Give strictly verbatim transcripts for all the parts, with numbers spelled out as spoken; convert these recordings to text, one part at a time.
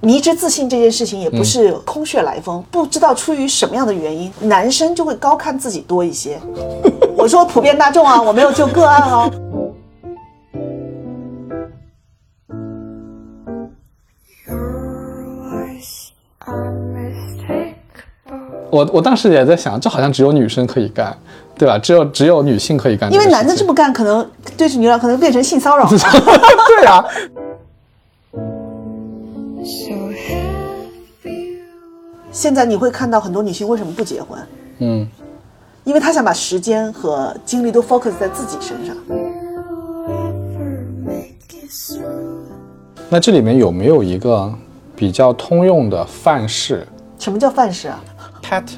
迷之自信这件事情也不是空穴来风、嗯、不知道出于什么样的原因，男生就会高看自己多一些。我说普遍大众啊，我没有就个案哦。 我我当时也在想，这好像只有女生可以干，对吧？只有只有女性可以干， 因为男的这么干，可能对女人可能变成性骚扰了。 对啊。 现在你会看到很多女性为什么不结婚？ 嗯， 因为她想把时间和精力都 focus 在自己身上。 那这里面有没有一个比较通用的范式？ 什么叫范式啊？ Pattern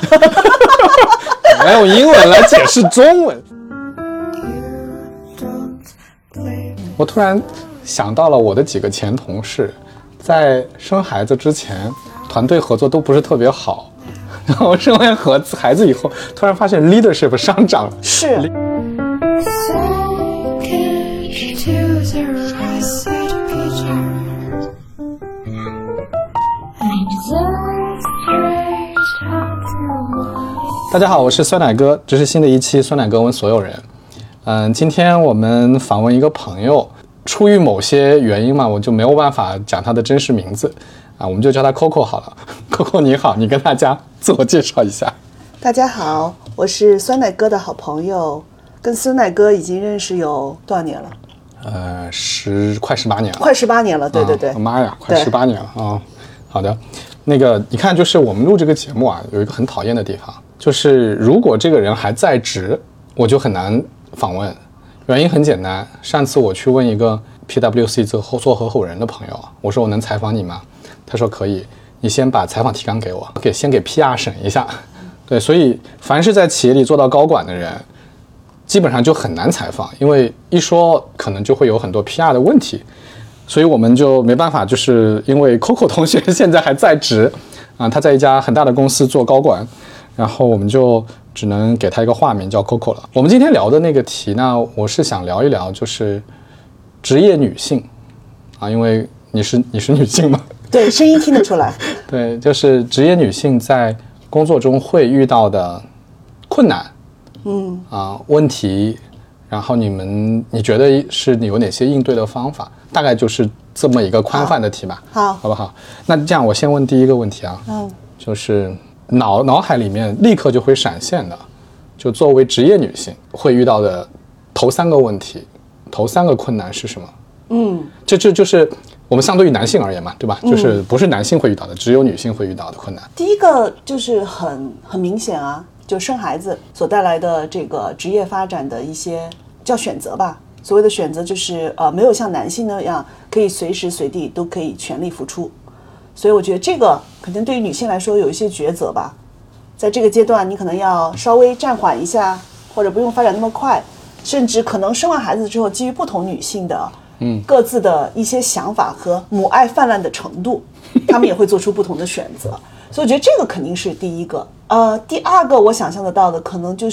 我要用英文来解释中文。我突然想到了我的几个前同事，在生孩子之前团队合作都不是特别好，然后生完孩子以后突然发现 leadership 上涨了。 是大家好，我是酸奶哥，这是新的一期酸奶哥问所有人。嗯，今天我们访问一个朋友，出于某些原因嘛，我就没有办法讲他的真实名字啊，我们就叫他 Coco 好了。Coco 你好，你跟大家自我介绍一下。 大家好，我是酸奶哥的好朋友，跟酸奶哥已经认识有多少年了？ 呃，十快十八年了， 快十八年了，对对对。 妈、啊、呀，快十八年了啊、哦！好的，那个你看，就是我们录这个节目啊，有一个很讨厌的地方，就是如果这个人还在职，我就很难访问。原因很简单，上次我去问一个 P W C 做做合伙人的朋友，我说我能采访你吗？他说可以，你先把采访提纲给我，给先给 P R 审一下。对，所以凡是在企业里做到高管的人，基本上就很难采访，因为一说可能就会有很多 P R 的问题，所以我们就没办法，就是因为 Coco 同学现在还在职啊，他在一家很大的公司做高管，然后我们就只能给他一个化名叫 Coco 了。我们今天聊的那个题呢，我是想聊一聊就是职业女性啊，因为你是你是女性嘛， 对，声音听得出来。 对，就是职业女性在工作中会遇到的困难，嗯啊问题，然后你们你觉得是有哪些应对的方法？大概就是这么一个宽泛的题吧， 好， 好不好？那这样我先问第一个问题啊，嗯，就是脑脑海里面立刻就会闪现的，就作为职业女性会遇到的头三个问题，头三个困难是什么？嗯，这这就是我们相对于男性而言嘛，对吧？就是不是男性会遇到的，只有女性会遇到的困难。 第一个就是很很明显啊，就生孩子所带来的这个职业发展的一些叫选择吧。所谓的选择就是呃，没有像男性那样可以随时随地都可以全力付出，所以我觉得这个可能对于女性来说有一些抉择吧。在这个阶段，你可能要稍微暂缓一下，或者不用发展那么快，甚至可能生完孩子之后，基于不同女性的嗯各自的一些想法和母爱泛滥的程度，她们也会做出不同的选择。所以我觉得这个肯定是第一个。呃，第二个我想象得到的可能就是。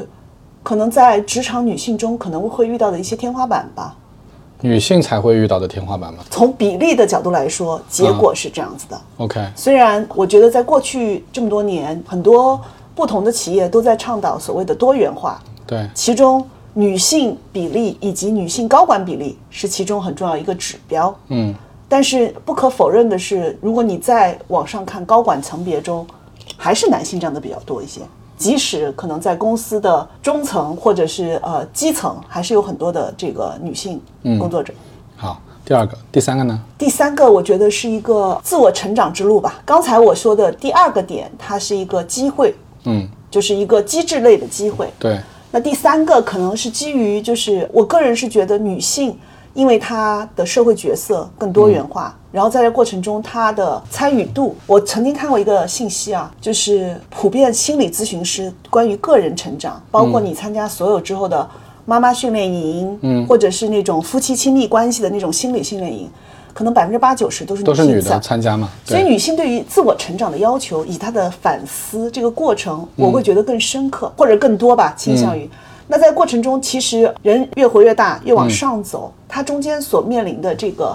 可能在职场女性中可能会遇到的一些天花板吧。 女性才会遇到的天花板吗？ 从比例的角度来说，结果是这样子的。 嗯、OK。 虽然我觉得在过去这么多年，很多不同的企业都在倡导所谓的多元化。 对。 其中女性比例以及女性高管比例是其中很重要一个指标。嗯。但是不可否认的是，如果你再往上看高管层别中，还是男性占的比较多一些。即使可能在公司的中层或者是呃基层，还是有很多的这个女性工作者。 嗯、好，第二个，第三个呢？ 第三个，我觉得是一个自我成长之路吧。刚才我说的第二个点，它是一个机会，嗯，就是一个机制类的机会。 对。 那第三个可能是基于，就是我个人是觉得女性，因为她的社会角色更多元化。嗯，然后在这过程中他的参与度，我曾经看过一个信息啊，就是普遍心理咨询师关于个人成长，包括你参加所有之后的妈妈训练营，嗯，或者是那种夫妻亲密关系的那种心理训练营，可能百分之八九十都是女性都是女的参加嘛。 所以女性对于自我成长的要求以及她的反思这个过程，我会觉得更深刻，嗯，或者更多吧，倾向于。嗯，那在过程中，其实人越活越大，越往上走，嗯，它中间所面临的这个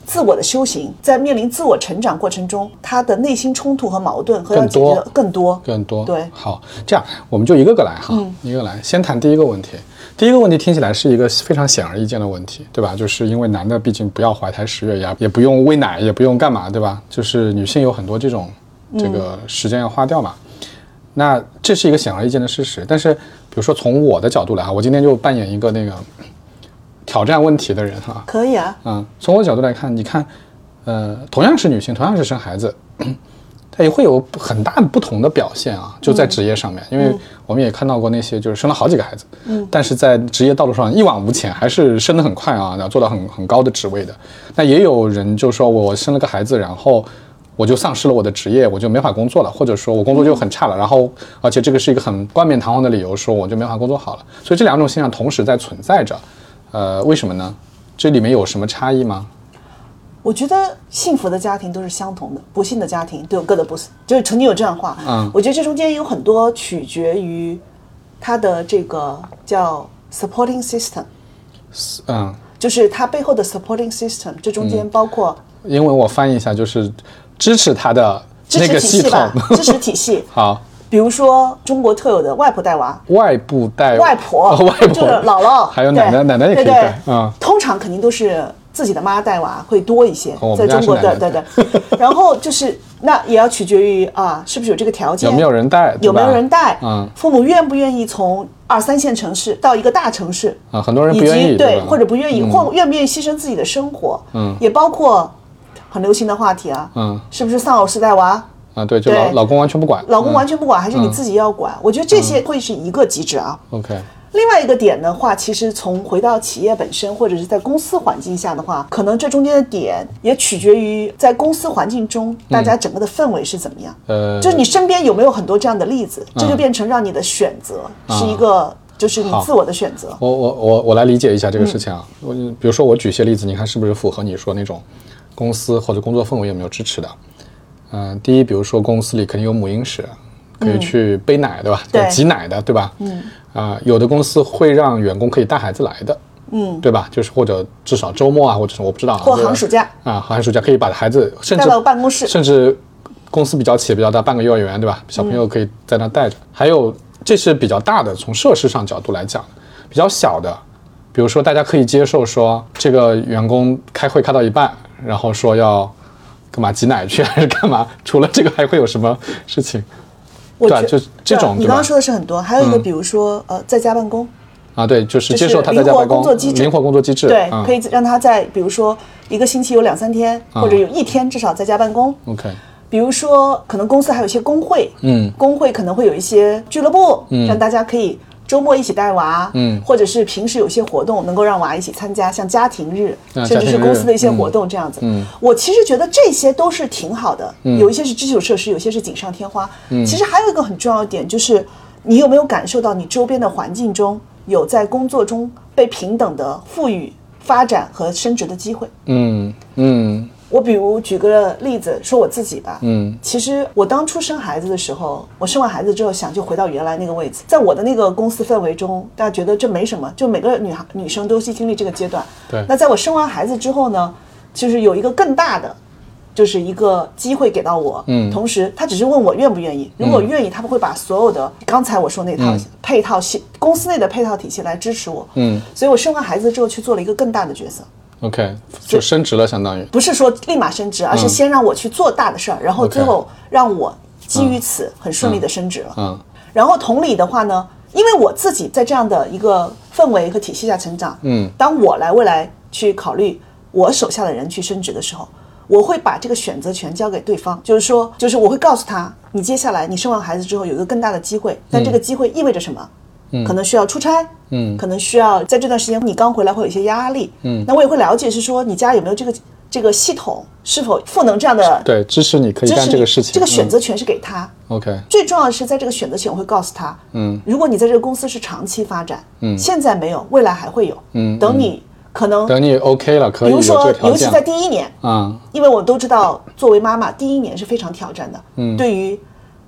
自我的修行，在面临自我成长过程中，他的内心冲突和矛盾和要解决的更多更多。 对， 好，这样我们就一个个来哈，嗯、一个来，先谈第一个问题。第一个问题听起来是一个非常显而易见的问题，对吧？就是因为男的毕竟不要怀胎十月呀，也不用喂奶，也不用干嘛，对吧？就是女性有很多这种这个时间要花掉嘛。嗯、那这是一个显而易见的事实，但是比如说从我的角度来哈，我今天就扮演一个那个挑战问题的人哈。 可以啊。 嗯，从我的角度来看，你看，呃，同样是女性，同样是生孩子，它也会有很大不同的表现啊，就在职业上面，嗯、因为我们也看到过那些就是生了好几个孩子，嗯，但是在职业道路上一往无前，还是升得很快啊，然后做到很很高的职位的。那也有人就说我生了个孩子，然后我就丧失了我的职业，我就没法工作了，或者说我工作就很差了，然后而且这个是一个很冠冕堂皇的理由，说我就没法工作好了。所以这两种现象同时在存在着，呃，为什么呢？这里面有什么差异吗？ 我觉得幸福的家庭都是相同的，不幸的家庭都有各的不幸，就是曾经有这样的话。嗯，我觉得这中间有很多取决于它的这个叫 supporting system， 嗯，就是它背后的 supporting system， 这中间包括， 嗯、英文我翻译一下就是支持它的那个系统， 支持体系。 好。 比如说中国特有的外婆带娃， 外部带外婆， 哦、外婆就是姥姥， 还有奶奶，奶奶也可以带啊、嗯。 通常肯定都是自己的妈带娃会多一些， 哦、 在中国的，对对对。然后就是那也要取决于啊，是不是有这个条件， 有没有人带， 有没有人带， 嗯， 父母愿不愿意从二三线城市到一个大城市啊？很多人不愿意， 对，或者不愿意，嗯、或愿不愿意牺牲自己的生活，嗯，也包括很流行的话题啊，嗯，是不是丧偶式带娃？ 啊，对，就老老公完全不管， 老公完全不管，嗯、还是你自己要管？嗯、我觉得这些会是一个机制啊。 OK。 另外一个点的话，其实从回到企业本身，或者是在公司环境下的话，可能这中间的点也取决于在公司环境中大家整个的氛围是怎么样。呃、嗯，就是你身边有没有很多这样的例子，这就变成让你的选择是一个。嗯就是你自我的选择。 我我我我来理解一下这个事情啊。嗯、我比如说我举一些例子，你看是不是符合你说那种公司或者工作氛围有没有支持的？嗯、呃，第一，比如说公司里肯定有母婴室，可以去背奶，嗯、对吧？ 对， 挤奶的，对吧？嗯。啊、呃，有的公司会让员工可以带孩子来的，嗯，对吧？就是或者至少周末啊，或者是我不知道啊， 或寒暑假啊，寒暑假可以把孩子甚至带到办公室， 甚至公司比较企业比较大，办个幼儿园，对吧？小朋友可以在那带着。嗯、还有。这是比较大的，从设施上角度来讲，比较小的，比如说大家可以接受说，这个员工开会开到一半，然后说要干嘛挤奶去，还是干嘛？除了这个还会有什么事情？对、啊，就这种。 你刚刚说的是很多，还有一个比如说、嗯、呃，在家办公。 啊，对，就是接受他在家办公，灵活工作机制，灵活工作机制， 对，嗯、可以让他在比如说一个星期有两三天，嗯、或者有一天至少在家办公。 OK。 比如说，可能公司还有一些工会，嗯，工会可能会有一些俱乐部，嗯，让大家可以周末一起带娃，嗯，或者是平时有些活动能够让娃一起参加，像家庭日， 啊、 甚至是公司的一些活动这样子。嗯，我其实觉得这些都是挺好的，嗯，有一些是基础设施，有些是锦上添花。嗯，其实还有一个很重要的点就是，你有没有感受到你周边的环境中有在工作中被平等的赋予发展和升职的机会？嗯嗯。我比如举个例子说我自己吧，嗯，其实我当初生孩子的时候，我生完孩子之后想就回到原来那个位置，在我的那个公司氛围中，大家觉得这没什么，就每个女孩女生都是经历这个阶段。 对。 那在我生完孩子之后呢，就是有一个更大的，就是一个机会给到我，嗯，同时他只是问我愿不愿意，如果愿意，他们会把所有的刚才我说那套配套系、嗯、公司内的配套体系来支持我，嗯，所以我生完孩子之后去做了一个更大的角色。 OK， 就升职了，相当于不是说立马升职，而是先让我去做大的事儿，嗯、然后最后让我基于此很顺利的升职了。嗯，嗯然后同理的话呢，因为我自己在这样的一个氛围和体系下成长，嗯，当我来未来去考虑我手下的人去升职的时候，我会把这个选择权交给对方，就是说，就是我会告诉他，你接下来你生完孩子之后有一个更大的机会，但这个机会意味着什么？嗯，可能需要出差，嗯，可能需要在这段时间你刚回来会有一些压力，嗯，那我也会了解是说你家有没有这个这个系统是否赋能这样的， 对，支持你可以干这个事情， 这个选择权是给他。 嗯、OK， 最重要的是在这个选择权我会告诉他，嗯，如果你在这个公司是长期发展，嗯，现在没有，未来还会有，嗯，等你可能等你 OK 了，可以有这个条件， 比如说尤其在第一年，嗯，因为我都知道作为妈妈第一年是非常挑战的，嗯，对于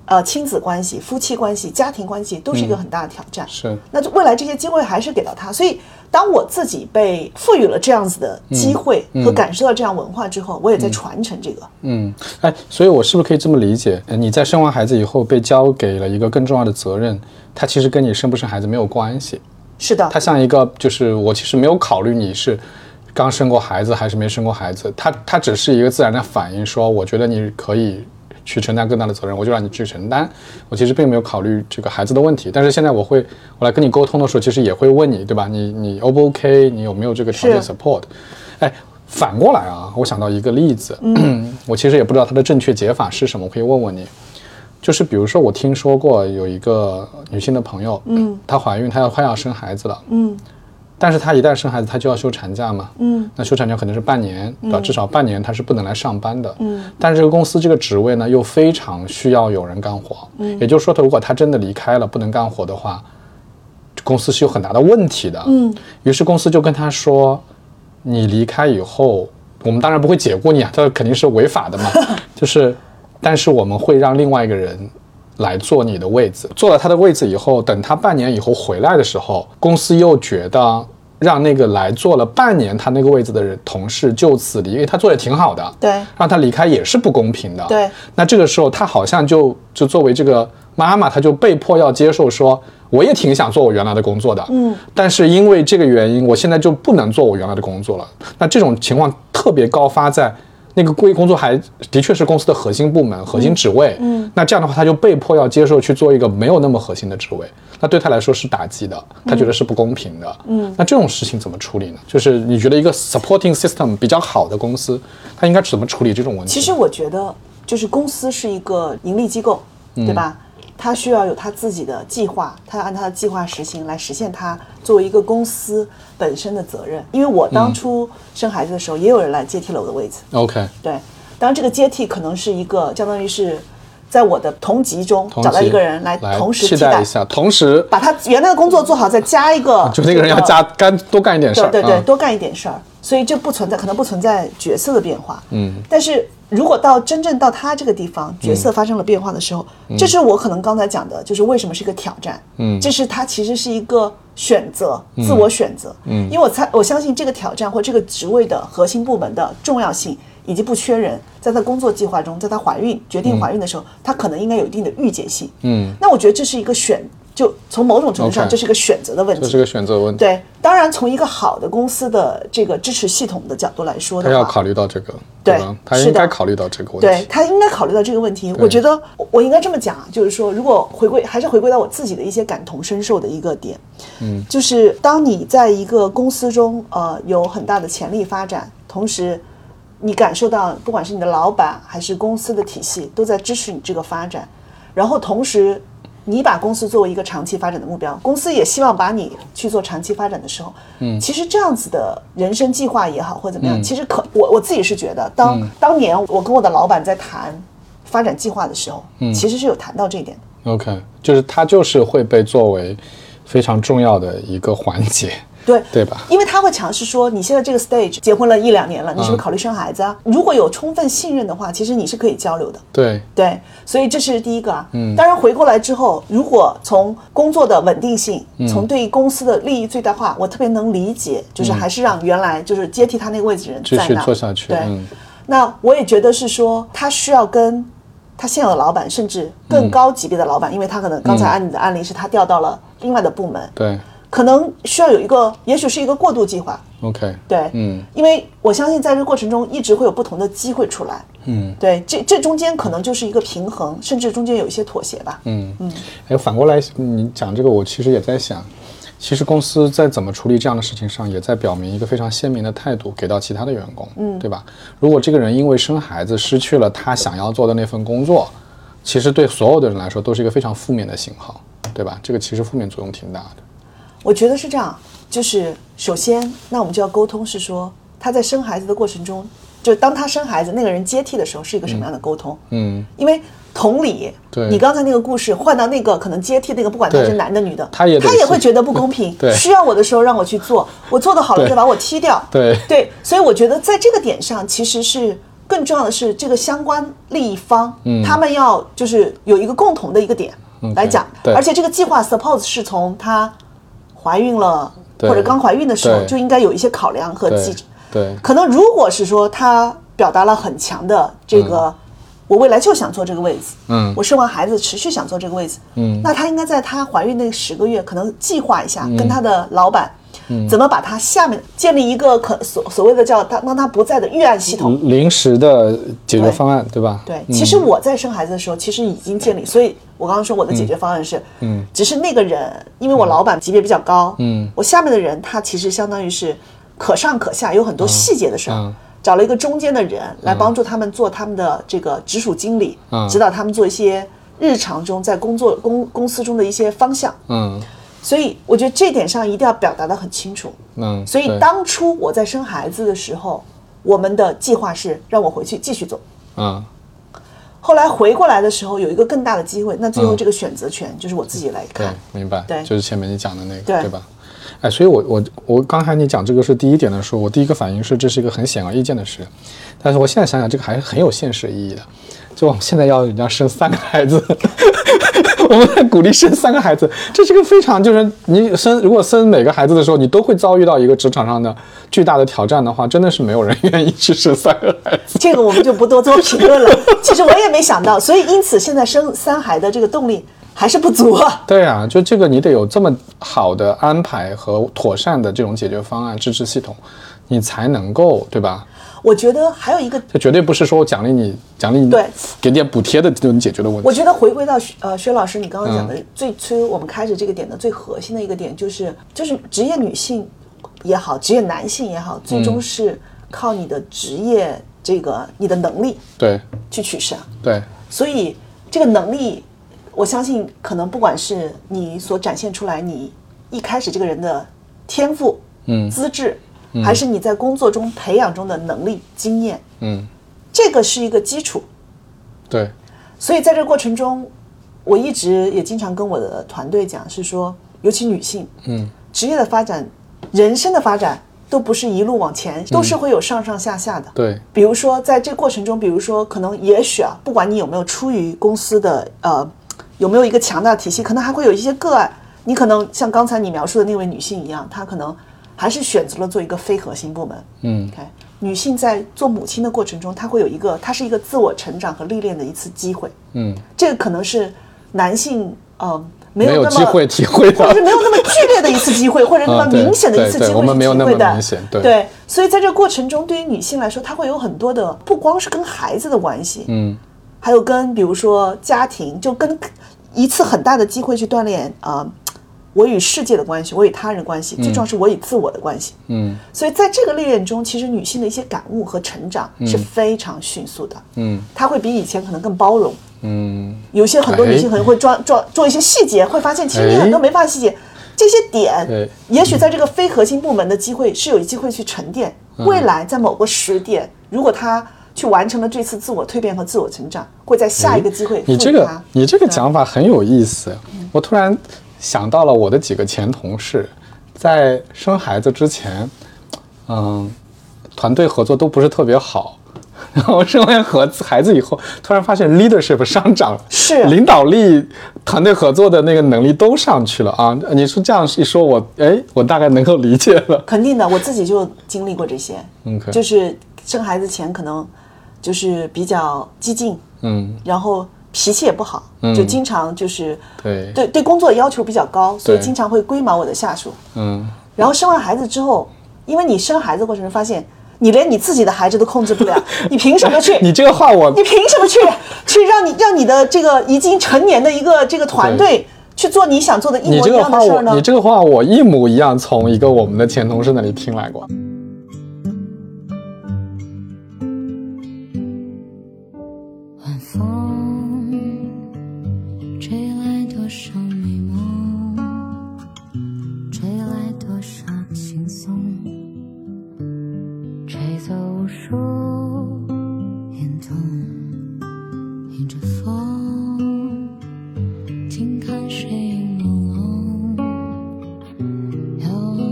呃亲子关系、夫妻关系、家庭关系都是一个很大的挑战。 嗯、是， 那未来这些机会还是给到他，所以当我自己被赋予了这样子的机会和感受到这样文化之后，嗯、我也在传承这个。 嗯，哎，所以我是不是可以这么理解？你在生完孩子以后被交给了一个更重要的责任，它其实跟你生不生孩子没有关系。 是的， 它像一个，就是我其实没有考虑你是刚生过孩子还是没生过孩子，它它只是一个自然的反应，说我觉得你可以去承担更大的责任，我就让你去承担。我其实并没有考虑这个孩子的问题，但是现在我会，我来跟你沟通的时候，其实也会问你，对吧？你你 O 不 OK？ 你有没有这个条件 support？ 哎，反过来啊，我想到一个例子，嗯、我其实也不知道它的正确解法是什么，我可以问问你。就是比如说，我听说过有一个女性的朋友，嗯，她怀孕，她要快要生孩子了，嗯，但是她一旦生孩子，她就要休产假嘛，嗯，那休产假可能是半年，对吧？至少半年她是不能来上班的，嗯，但是这个公司这个职位呢，又非常需要有人干活，嗯，也就是说，如果她真的离开了，不能干活的话，公司是有很大的问题的，嗯，于是公司就跟她说，你离开以后，我们当然不会解雇你啊，这肯定是违法的嘛，就是。但是我们会让另外一个人来坐你的位子，坐了他的位子以后，等他半年以后回来的时候，公司又觉得让那个来坐了半年他那个位子的人同事就此离，因为他做得挺好的， 对， 让他离开也是不公平的， 对。 那这个时候他好像就就作为这个妈妈，他就被迫要接受说，我也挺想做我原来的工作的，嗯，但是因为这个原因，我现在就不能做我原来的工作了。那这种情况特别高发在。那个工作还的确是公司的核心部门、核心职位，嗯，那这样的话，他就被迫要接受去做一个没有那么核心的职位，那对他来说是打击的，他觉得是不公平的，嗯，那这种事情怎么处理呢？就是你觉得一个 supporting system 比较好的公司，它应该怎么处理这种问题？ 其实我觉得，就是公司是一个盈利机构，嗯、对吧？他需要有他自己的计划，他要按他的计划实行来实现他作为一个公司本身的责任。因为我当初生孩子的时候，嗯、也有人来接替了我的位置。 OK， 对，当然这个接替可能是一个相当于是在我的同级中找到一个人来同时替代一下，同时把他原来的工作做好，再加一个， 就那个人要加干多干一点事儿， 对对对， 嗯、 多干一点事儿。所以这不存在，可能不存在角色的变化。嗯，但是如果到真正到他这个地方，角色发生了变化的时候，嗯、这是我可能刚才讲的，就是为什么是一个挑战。嗯，这是他其实是一个选择，嗯、自我选择。嗯，因为我猜我相信这个挑战或这个职位的核心部门的重要性以及不缺人，在他工作计划中，在他怀孕决定怀孕的时候，嗯、他可能应该有一定的预见性。嗯，那我觉得这是一个选。就从某种程度上， okay, 这是个选择的问题。 这是个选择问题。 对，当然从一个好的公司的这个支持系统的角度来说的话， 他要考虑到这个， 对吧？他应该考虑到这个问题。 对，他应该考虑到这个问题。我觉得我应该这么讲，就是说，如果回归，还是回归到我自己的一些感同身受的一个点，嗯，就是当你在一个公司中，呃，有很大的潜力发展，同时你感受到，不管是你的老板还是公司的体系，都在支持你这个发展，然后同时。你把公司作为一个长期发展的目标，公司也希望把你去做长期发展的时候，嗯，其实这样子的人生计划也好，或者怎么样，嗯、其实可我我自己是觉得，当、嗯、当年我跟我的老板在谈发展计划的时候，嗯，其实是有谈到这一点的。 OK， 就是它就是会被作为非常重要的一个环节。 对对吧？ 因为他会尝试说，你现在这个 stage 结婚了一两年了，你是不是考虑生孩子啊？嗯、如果有充分信任的话，其实你是可以交流的。 对对，所以这是第一个啊。嗯，当然回过来之后，如果从工作的稳定性，嗯、从对公司的利益最大化，我特别能理解，就是还是让原来就是接替他那个位置的人在那继续做下去。 对， 嗯、 那我也觉得是说，他需要跟他现有的老板，甚至更高级别的老板，嗯、因为他可能刚才按你的案例是他调到了另外的部门。 对。 可能需要有一个，也许是一个过渡计划。 OK， 对，嗯，因为我相信在这个过程中一直会有不同的机会出来，嗯，对，这这中间可能就是一个平衡，甚至中间有一些妥协吧，嗯嗯。哎， 反过来你讲这个，我其实也在想，其实公司在怎么处理这样的事情上，也在表明一个非常鲜明的态度给到其他的员工，嗯，对吧？如果这个人因为生孩子失去了他想要做的那份工作，其实对所有的人来说都是一个非常负面的信号，对吧？这个其实负面作用挺大的。 我觉得是这样，就是首先，那我们就要沟通，是说他在生孩子的过程中，就当他生孩子那个人接替的时候，是一个什么样的沟通？嗯，因为同理， 对， 你刚才那个故事换到那个可能接替那个，不管他是男的女的， 他也他也会觉得不公平， 对， 需要我的时候让我去做，我做得好了再把我踢掉， 对对，所以我觉得在这个点上，其实是更重要的是这个相关利益方，嗯，他们要就是有一个共同的一个点来讲， 对， 而且这个计划 suppose 是从她怀孕了或者刚怀孕的时候就应该有一些考量和机制。 对， 可能如果是说她表达了很强的这个、嗯，我未来就想做这个位置，嗯，我生完孩子持续想做这个位置，嗯，那她应该在她怀孕那十个月，可能计划一下，嗯、跟她的老板。嗯、怎么把它下面建立一个可所所谓的叫他当他不在的预案系统， 临时的解决方案， 对, 对吧？ 对、嗯，其实我在生孩子的时候，其实已经建立，所以我刚刚说我的解决方案是，嗯，只是那个人，因为我老板级别比较高，嗯，我下面的人他其实相当于是可上可下，有很多细节的事儿、嗯嗯，找了一个中间的人来帮助他们做他们的这个直属经理，嗯，指导他们做一些日常中在工作公公司中的一些方向，嗯。所以我觉得这点上一定要表达得很清楚。嗯，所以当初我在生孩子的时候，我们的计划是让我回去继续做。嗯，后来回过来的时候有一个更大的机会，那最后这个选择权就是我自己来看。 对，明白。 对， 就是前面你讲的那个， 对, 对吧？哎，所以我我我刚才你讲这个是第一点的时候，我第一个反应是这是一个很显而易见的事，但是我现在想想，这个还是很有现实意义的。就我们现在要人家生三个孩子。我们在鼓励生三个孩子，这是个非常就是你生如果生每个孩子的时候，你都会遭遇到一个职场上的巨大的挑战的话，真的是没有人愿意去生三个孩子。 这个我们就不多做评论了。其实我也没想到，所以因此现在生三孩的这个动力还是不足啊。 对啊，就这个你得有这么好的安排和妥善的这种解决方案支持系统，你才能够，对吧？ 我觉得还有一个， 这绝对不是说我奖励你奖励你对给点补贴的这种解决的问题。 我觉得回归到呃薛老师你刚刚讲的、嗯、最初我们开始这个点的最核心的一个点就是就是职业女性也好，职业男性也好，最终是靠你的职业这个、嗯、你的能力对去取胜。 对，所以这个能力，我相信可能不管是你所展现出来你一开始这个人的天赋、嗯资质。还是你在工作中培养中的能力经验，嗯，这个是一个基础。 对， 所以在这个过程中，我一直也经常跟我的团队讲，是说，尤其女性，嗯，职业的发展、人生的发展都不是一路往前，都是会有上上下下的。 对， 比如说在这个过程中，比如说可能也许啊，不管你有没有出于公司的呃有没有一个强大的体系，可能还会有一些个案，你可能像刚才你描述的那位女性一样，她可能。还是选择了做一个非核心部门。嗯 ，OK， 女性在做母亲的过程中，她会有一个，她是一个自我成长和历练的一次机会。嗯，这个可能是男性呃没有那么没有机会体会的， 或者是没有那么剧烈的一次机会，或者那么明显的一次机会去体会的。 我们没有那么明显，对对。所以在这个过程中，对于女性来说，她会有很多的，不光是跟孩子的关系，嗯，还有跟比如说家庭，就跟一次很大的机会去锻炼啊。呃我与世界的关系，我与他人的关系，最重要是我与自我的关系。嗯，所以在这个历练中，其实女性的一些感悟和成长是非常迅速的。嗯，她会比以前可能更包容。嗯，有些很多女性可能会抓抓做一些细节，会发现其实你很多没发现细节，这些点，也许在这个非核心部门的机会是有机会去沉淀。未来在某个时点，如果她去完成了这次自我蜕变和自我成长，会在下一个机会。 你这个你这个讲法很有意思，我突然。想到了我的几个前同事，在生孩子之前，嗯，团队合作都不是特别好，然后生完孩子以后，突然发现 leadership 上涨了， 是领导力、团队合作的那个能力都上去了啊！你说这样一说我，哎，我大概能够理解了。 肯定的，我自己就经历过这些，嗯，就是生孩子前可能就是比较激进，嗯，然后。脾气也不好，就经常就是、 嗯、对对对工作要求比较高，所以经常会龟毛我的下属。嗯，然后生完孩子之后，因为你生孩子过程中发现，你连你自己的孩子都控制不了，你凭什么去？ 你这个话我， 你凭什么去去让你让你的这个已经成年的一个这个团队去做你想做的一模一样的事儿呢？ 你这个话我一模一样从一个我们的前同事那里听来过。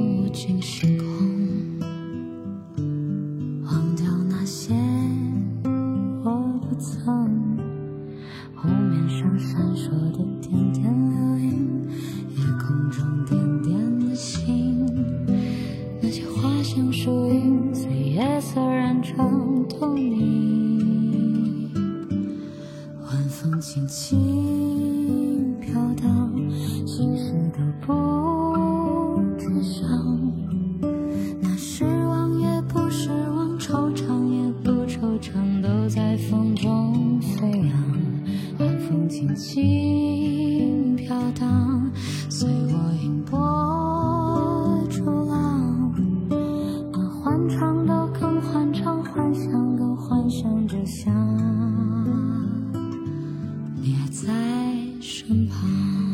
忘掉那些层，湖面上闪烁的点点流萤，夜空中点点的星，那些花香树影随夜色染成透明，晚风轻轻飘荡，心事都不知伤，那失望也不失望，惆怅也不惆怅，都在风中飞扬，晚风轻轻飘荡，随我迎波逐浪，那欢唱都更欢唱，幻想更幻想着想你还在身旁。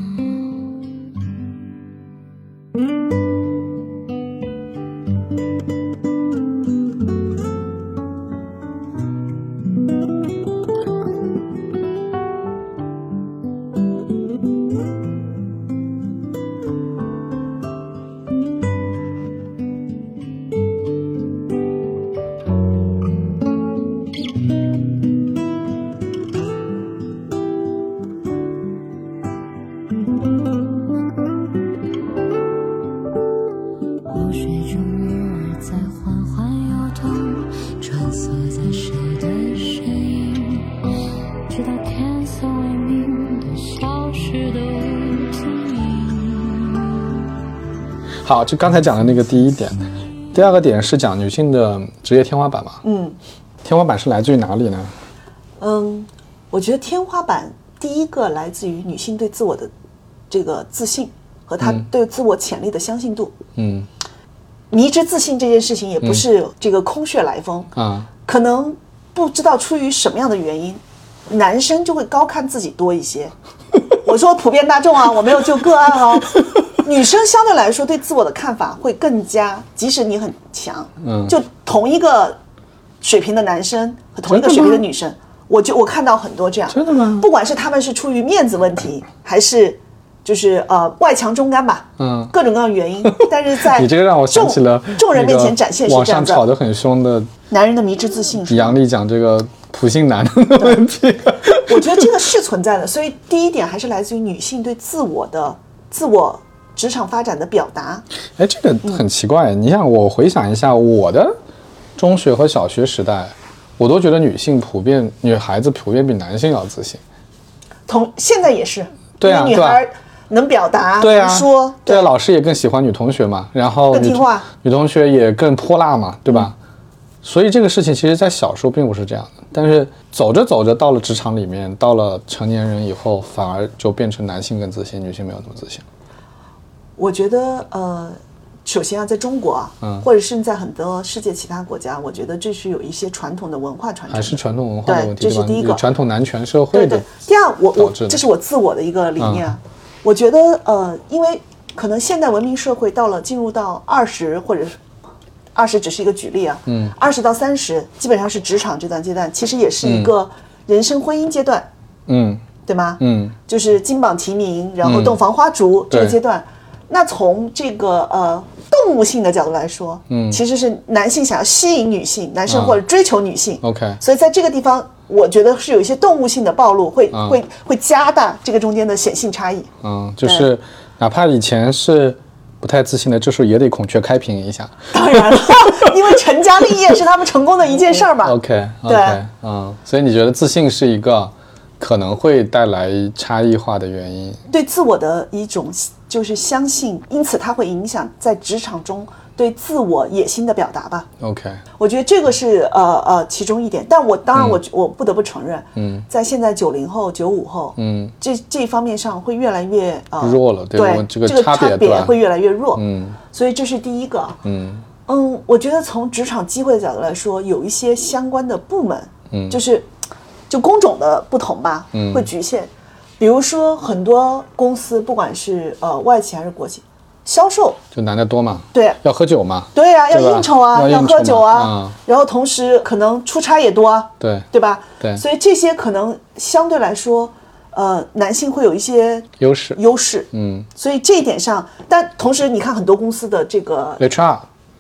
湖水中鱼儿在缓缓游动，穿梭在谁的身影，直到天色微明，都消失得无踪影。 好，就刚才讲的那个第一点，第二个点是讲女性的职业天花板嘛。 嗯， 天花板是来自于哪里呢？ 嗯，我觉得天花板第一个来自于女性对自我的这个自信和她对自我潜力的相信度。 嗯， 迷之自信这件事情也不是这个空穴来风啊， 可能不知道出于什么样的原因，男生就会高看自己多一些。我说普遍大众啊，我没有就个案哦。女生相对来说对自我的看法会更加，即使你很强， 嗯， 就同一个水平的男生和同一个水平的女生，我就我看到很多这样， 真的吗？ 不管是他们是出于面子问题，还是就是呃外强中干吧， 嗯， 各种各样的原因，但是在你这个让我想起了众人面前展现是网这样子， 上吵得很凶的男人的迷之自信。 杨笠讲这个普信男的问题。 我觉得这个是存在的，所以第一点还是来自于女性对自我的自我职场发展的表达。 哎，这个很奇怪，你想我回想一下我的中学和小学时代，我都觉得女性普遍，女孩子普遍比男性要自信。 同现在也是， 对啊， 女孩能表达， 对啊， 能说， 对啊，老师也更喜欢女同学嘛，然后女更听话， 女同学也更泼辣嘛，对吧？嗯，所以这个事情其实在小时候并不是这样的，但是走着走着到了职场里面，到了成年人以后，反而就变成男性更自信，女性没有那么自信。 我觉得呃，首先啊，在中国啊，嗯，或者是在很多世界其他国家，我觉得这是有一些传统的文化传承， 还是传统文化的问题， 对，这是第一个传统男权社会的。 对对。第二，我我这是我自我的一个理念啊，嗯，我觉得呃，因为可能现代文明社会到了进入到二十或者二十只是一个举例啊，嗯，二十到三十基本上是职场这段阶段，其实也是一个人生婚姻阶段，嗯，对吗？嗯，就是金榜题名，然后洞房花烛，嗯，这个阶段。那从这个呃动物性的角度来说，嗯，其实是男性想要吸引女性，男生或者追求女性，嗯，OK，所以在这个地方，我觉得是有一些动物性的暴露，会，嗯，会会加大这个中间的显性差异。嗯， 就是哪怕以前是不太自信的，这时候也得孔雀开屏一下。 当然了，因为成家立业是他们成功的一件事儿嘛。 OK， 对，嗯，所以你觉得自信是一个可能会带来差异化的原因？ 对自我的一种就是相信，因此它会影响在职场中对自我野心的表达吧。 OK， 我觉得这个是呃呃其中一点，但我当然我、嗯、我不得不承认，嗯，在现在九零后九五后，嗯，这这一方面上会越来越呃弱了，对， 对这个差别会越来越弱， 嗯， 所以这是第一个，嗯嗯，我觉得从职场机会的角度来说，有一些相关的部门，嗯，就是就工种的不同吧，嗯，会局限。比如说很多公司，不管是呃外企还是国企，销售就男的多嘛， 对， 要喝酒嘛， 对啊，要应酬啊， 要, 要喝酒啊、 嗯， 然后同时可能出差也多啊， 对， 对吧？ 对， 所以这些可能相对来说，呃，男性会有一些优勢， 优势， 嗯， 所以这一点上，但同时你看很多公司的这个 H R，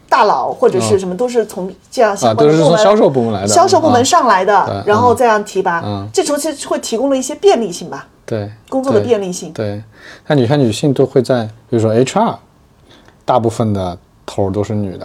大佬或者是什么，都是从这样相关的部门、 啊、都是从销售部门来的， 销售部门上来的， 啊、 然后这样提拔， 嗯、 这时候其实会提供了一些便利性吧， 对， 工作的便利性。 对，那你看女性都会在，比如说 H R， 大部分的头都是女的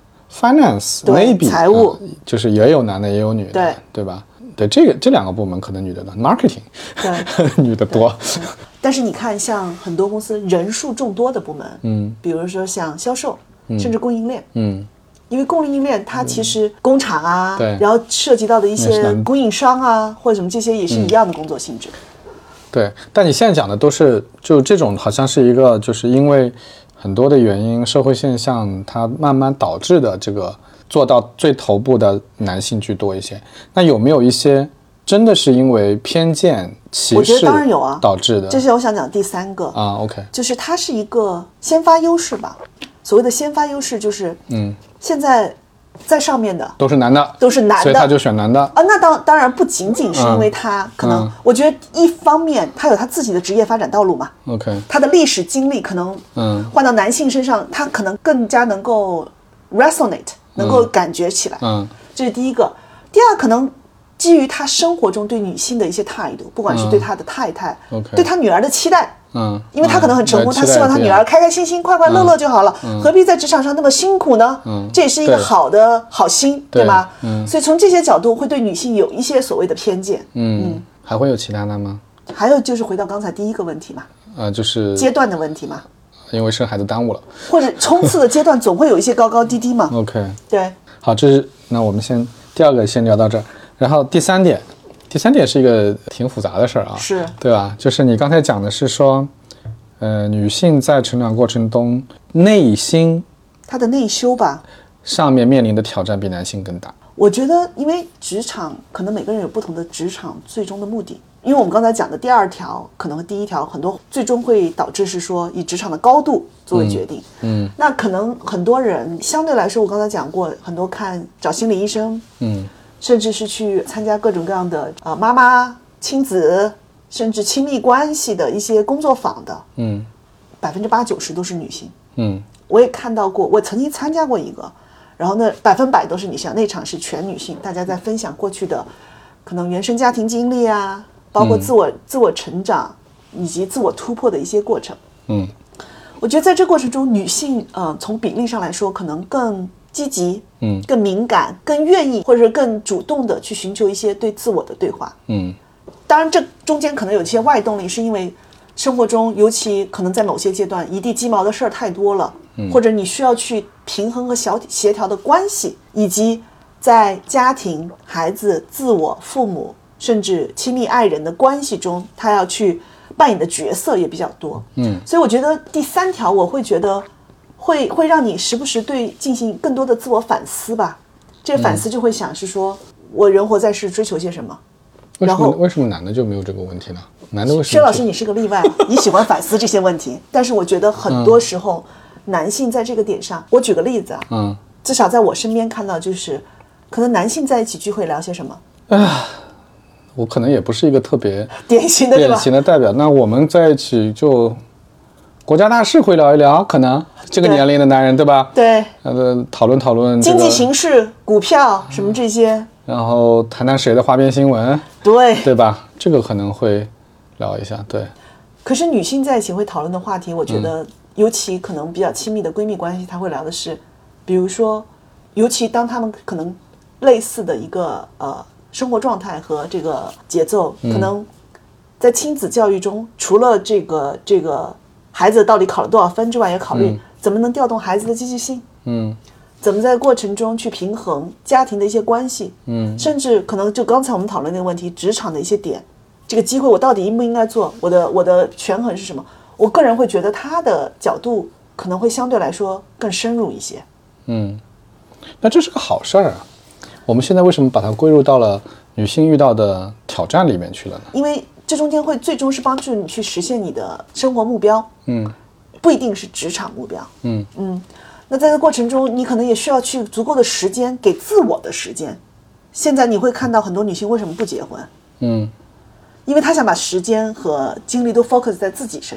，Finance maybe 财务、 呃、就是也有男的也有女的， 对对吧？对，这个这两个部门可能女的多 ，Marketing 对女的多。 但是你看，像很多公司人数众多的部门， 嗯， 比如说像销售， 嗯、 甚至供应链， 嗯。 因为供应链它其实工厂啊， 对， 然后涉及到的一些供应商啊或者什么这些也是一样的工作性质。 嗯、对，但你现在讲的都是就这种，好像是一个就是因为很多的原因，社会现象它慢慢导致的这个做到最头部的男性居多一些。那有没有一些真的是因为偏见、歧视， 我觉得当然有啊， 导致的？ 这是我想讲第三个啊 ，OK， 就是它是一个先发优势吧。所谓的先发优势就是， 嗯， 现在在上面的都是男的， 都是男的， 所以他就选男的啊。那当当然不仅仅是因为他、嗯、可能、嗯，我觉得一方面他有他自己的职业发展道路嘛 ，OK， 他的历史经历可能，嗯，换到男性身上，他可能更加能够 resonate， 能够感觉起来， 嗯， 这是第一个。第二，可能基于他生活中对女性的一些态度，不管是对他的太太， 嗯、okay, 对他女儿的期待。 嗯， 因为他可能很成功， 嗯、 他希望他女儿开开心心、快快乐乐就好了，嗯、何必在职场上那么辛苦呢？嗯，这也是一个好的好心，对吧？ 嗯， 所以从这些角度会对女性有一些所谓的偏见。 嗯，嗯还会有其他的吗？ 还有就是回到刚才第一个问题嘛， 呃，就是阶段的问题嘛， 因为生孩子耽误了， 或者冲刺的阶段总会有一些高高低低嘛。 OK， 对， 好，这是那我们先第二个先聊到这儿，然后第三点，第三点是一个挺复杂的事儿啊， 是对吧？就是你刚才讲的是说。呃，女性在成长过程中，内心她的内修吧， 上面面临的挑战比男性更大。 我觉得，因为职场可能每个人有不同的职场最终的目的。因为我们刚才讲的第二条，可能和第一条很多最终会导致是说以职场的高度作为决定。 嗯，嗯那可能很多人相对来说，我刚才讲过，很多看找心理医生， 嗯， 甚至是去参加各种各样的呃妈妈、亲子。甚至亲密关系的一些工作坊的， 嗯， 百分之八九十都是女性， 嗯， 我也看到过，我曾经参加过一个，然后呢，百分百都是女性，那场是全女性，大家在分享过去的可能原生家庭经历啊，包括自我、嗯、自我成长以及自我突破的一些过程， 嗯， 我觉得在这过程中，女性呃从比例上来说，可能更积极， 嗯， 更敏感，更愿意或者是更主动的去寻求一些对自我的对话， 嗯。 当然，这中间可能有一些外动力，是因为生活中，尤其可能在某些阶段，一地鸡毛的事儿太多了，嗯，或者你需要去平衡和小协调的关系，以及在家庭、孩子、自我、父母，甚至亲密爱人的关系中，他要去扮演的角色也比较多， 嗯， 所以我觉得第三条，我会觉得会会让你时不时对进行更多的自我反思吧。这个反思就会想是说，嗯、我人活在世追求些什么。 为什么为什么男的就没有这个问题呢？男的为什么？ 薛老师，你是个例外，你喜欢反思这些问题，但是我觉得很多时候，嗯、男性在这个点上，我举个例子啊， 嗯， 至少在我身边看到，就是可能男性在一起聚会聊些什么？ 啊，我可能也不是一个特别典型的典型的代表。那我们在一起就国家大事会聊一聊，可能这个年龄的男人，对吧？ 对， 呃，讨论讨论、这个、 经济形势、股票什么这些。 然后谈谈谁的花边新闻， 对对吧？这个可能会聊一下，对。 可是女性在一起会讨论的话题，我觉得尤其可能比较亲密的闺蜜关系，她会聊的是，比如说，尤其当她们可能类似的一个呃生活状态和这个节奏，可能在亲子教育中，除了这个这个孩子到底考了多少分之外，也考虑怎么能调动孩子的积极性，嗯。怎么在过程中去平衡家庭的一些关系，嗯，甚至可能就刚才我们讨论那个问题，职场的一些点，这个机会我到底应不应该做？我的我的权衡是什么？我个人会觉得他的角度可能会相对来说更深入一些。 嗯，那这是个好事儿啊。我们现在为什么把它归入到了女性遇到的挑战里面去了呢？ 因为这中间会最终是帮助你去实现你的生活目标，嗯，不一定是职场目标，嗯嗯。那在这个过程中，你可能也需要去足够的时间给自我的时间。现在你会看到很多女性为什么不结婚？嗯，因为她想把时间和精力都 focus 在自己身上。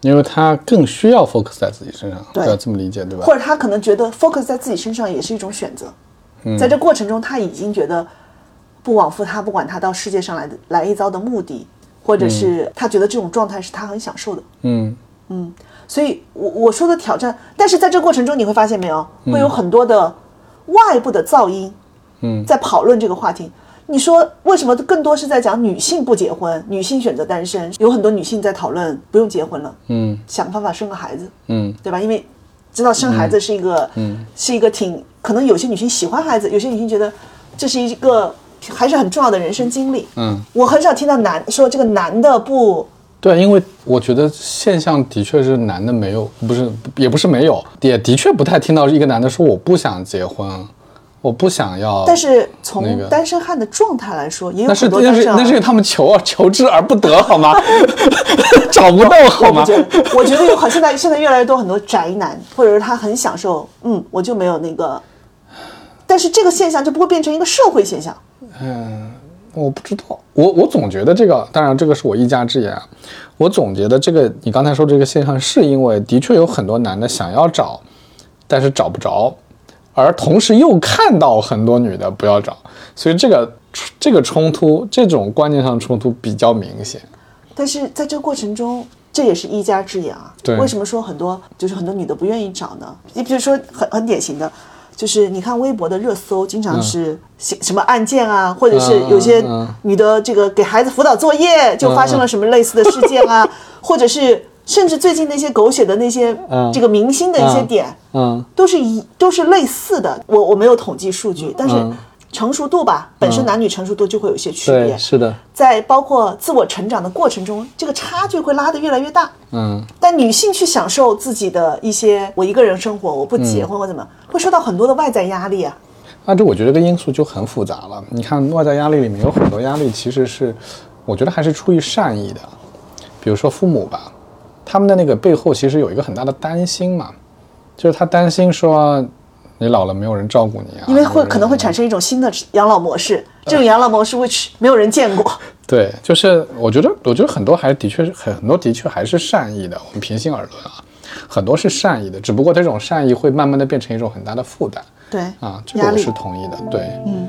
因为他更需要 focus 在自己身上， 对要这么理解对吧？ 或者他可能觉得 focus 在自己身上也是一种选择，嗯、在这过程中他已经觉得不枉负他不管他到世界上来的来一遭的目的，或者是他觉得这种状态是他很享受的。 嗯嗯，所以我我说的挑战，但是在这过程中你会发现没有，会有很多的外部的噪音，嗯，在讨论这个话题。你说为什么更多是在讲女性不结婚，女性选择单身？有很多女性在讨论不用结婚了，嗯，想办法生个孩子，嗯，对吧？因为知道生孩子是一个，嗯，是一个挺可能有些女性喜欢孩子，有些女性觉得这是一个还是很重要的人生经历，嗯，我很少听到男说这个男的不。 对，因为我觉得现象的确是男的没有，不是也不是没有，也的确不太听到一个男的说我不想结婚。我不想要， 但是从单身汉的状态来说，也有很多单身汉。那是那是那是因为他们求啊求之而不得，好吗？找不到，好吗？ 我觉得，我觉得有很现在现在越来越多很多宅男，或者是他很享受，嗯，我就没有那个，但是这个现象就不会变成一个社会现象。 嗯，我不知道，我我总觉得这个，当然这个是我一家之言啊。我总觉得这个，你刚才说这个现象，是因为的确有很多男的想要找，但是找不着。而同时又看到很多女的不要找，所以这个这个冲突，这种观念上冲突比较明显。 但是在这个过程中，这也是一家之言啊。 对， 为什么说很多就是很多女的不愿意找呢？你比如说很很典型的，就是你看微博的热搜，经常是什么案件啊，嗯、或者是有些女的这个给孩子辅导作业就发生了什么类似的事件啊，嗯、或者是。甚至最近那些狗血的那些、嗯、这个明星的一些点，嗯，都是一都是类似的。我我没有统计数据，但是成熟度吧，嗯、本身男女成熟度就会有一些区别。 对，是的。 在包括自我成长的过程中，这个差距会拉得越来越大。嗯。但女性去享受自己的一些，我一个人生活，我不结婚或怎么，嗯、会受到很多的外在压力啊。 啊，这我觉得这个因素就很复杂了。你看外在压力里面有很多压力，其实是我觉得还是出于善意的，比如说父母吧。他们的那个背后其实有一个很大的担心嘛，就是他担心说你老了没有人照顾你啊， 因为会可能会产生一种新的养老模式，这种养老模式 which 没有人见过。 对，就是我觉得我觉得很多还的确很多的确还是善意的，我们平心而论啊，很多是善意的，只不过这种善意会慢慢的变成一种很大的负担。 对啊，这个我是同意的。对，嗯。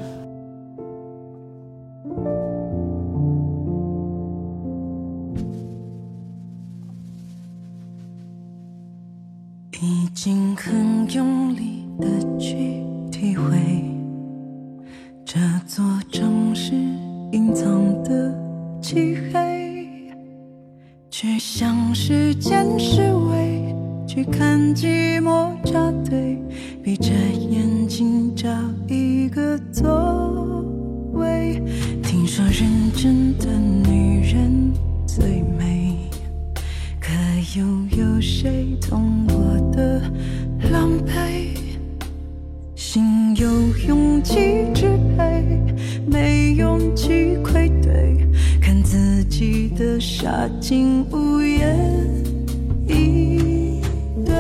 已经很用力的去体会这座城市隐藏的漆黑，去向时间示威，去看寂寞扎堆，闭着眼睛找一个座位。听说认真的女人最美，可又有谁懂我的狼狈？心有勇气支配，没勇气愧对，看自己的傻劲无言以对。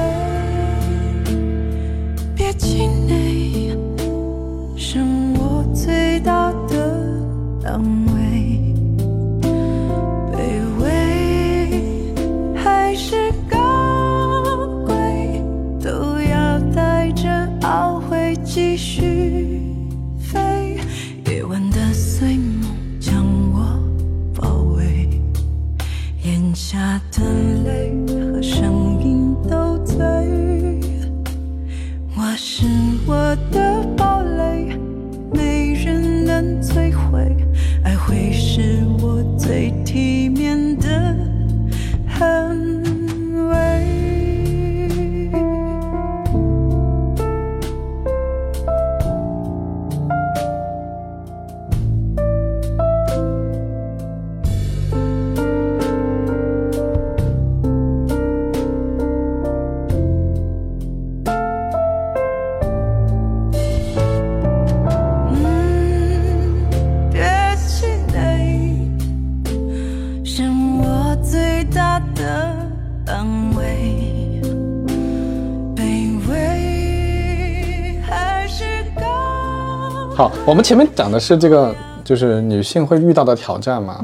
别气馁，是我最大的安慰。卑微还是高贵，都要带着懊悔继续飞。夜晚的碎梦将我包围，眼下的泪和声音都醉。我是我的堡垒，没人能摧毁，爱会是我最体面的捍卫。 好，我们前面讲的是这个，就是女性会遇到的挑战嘛。嗯。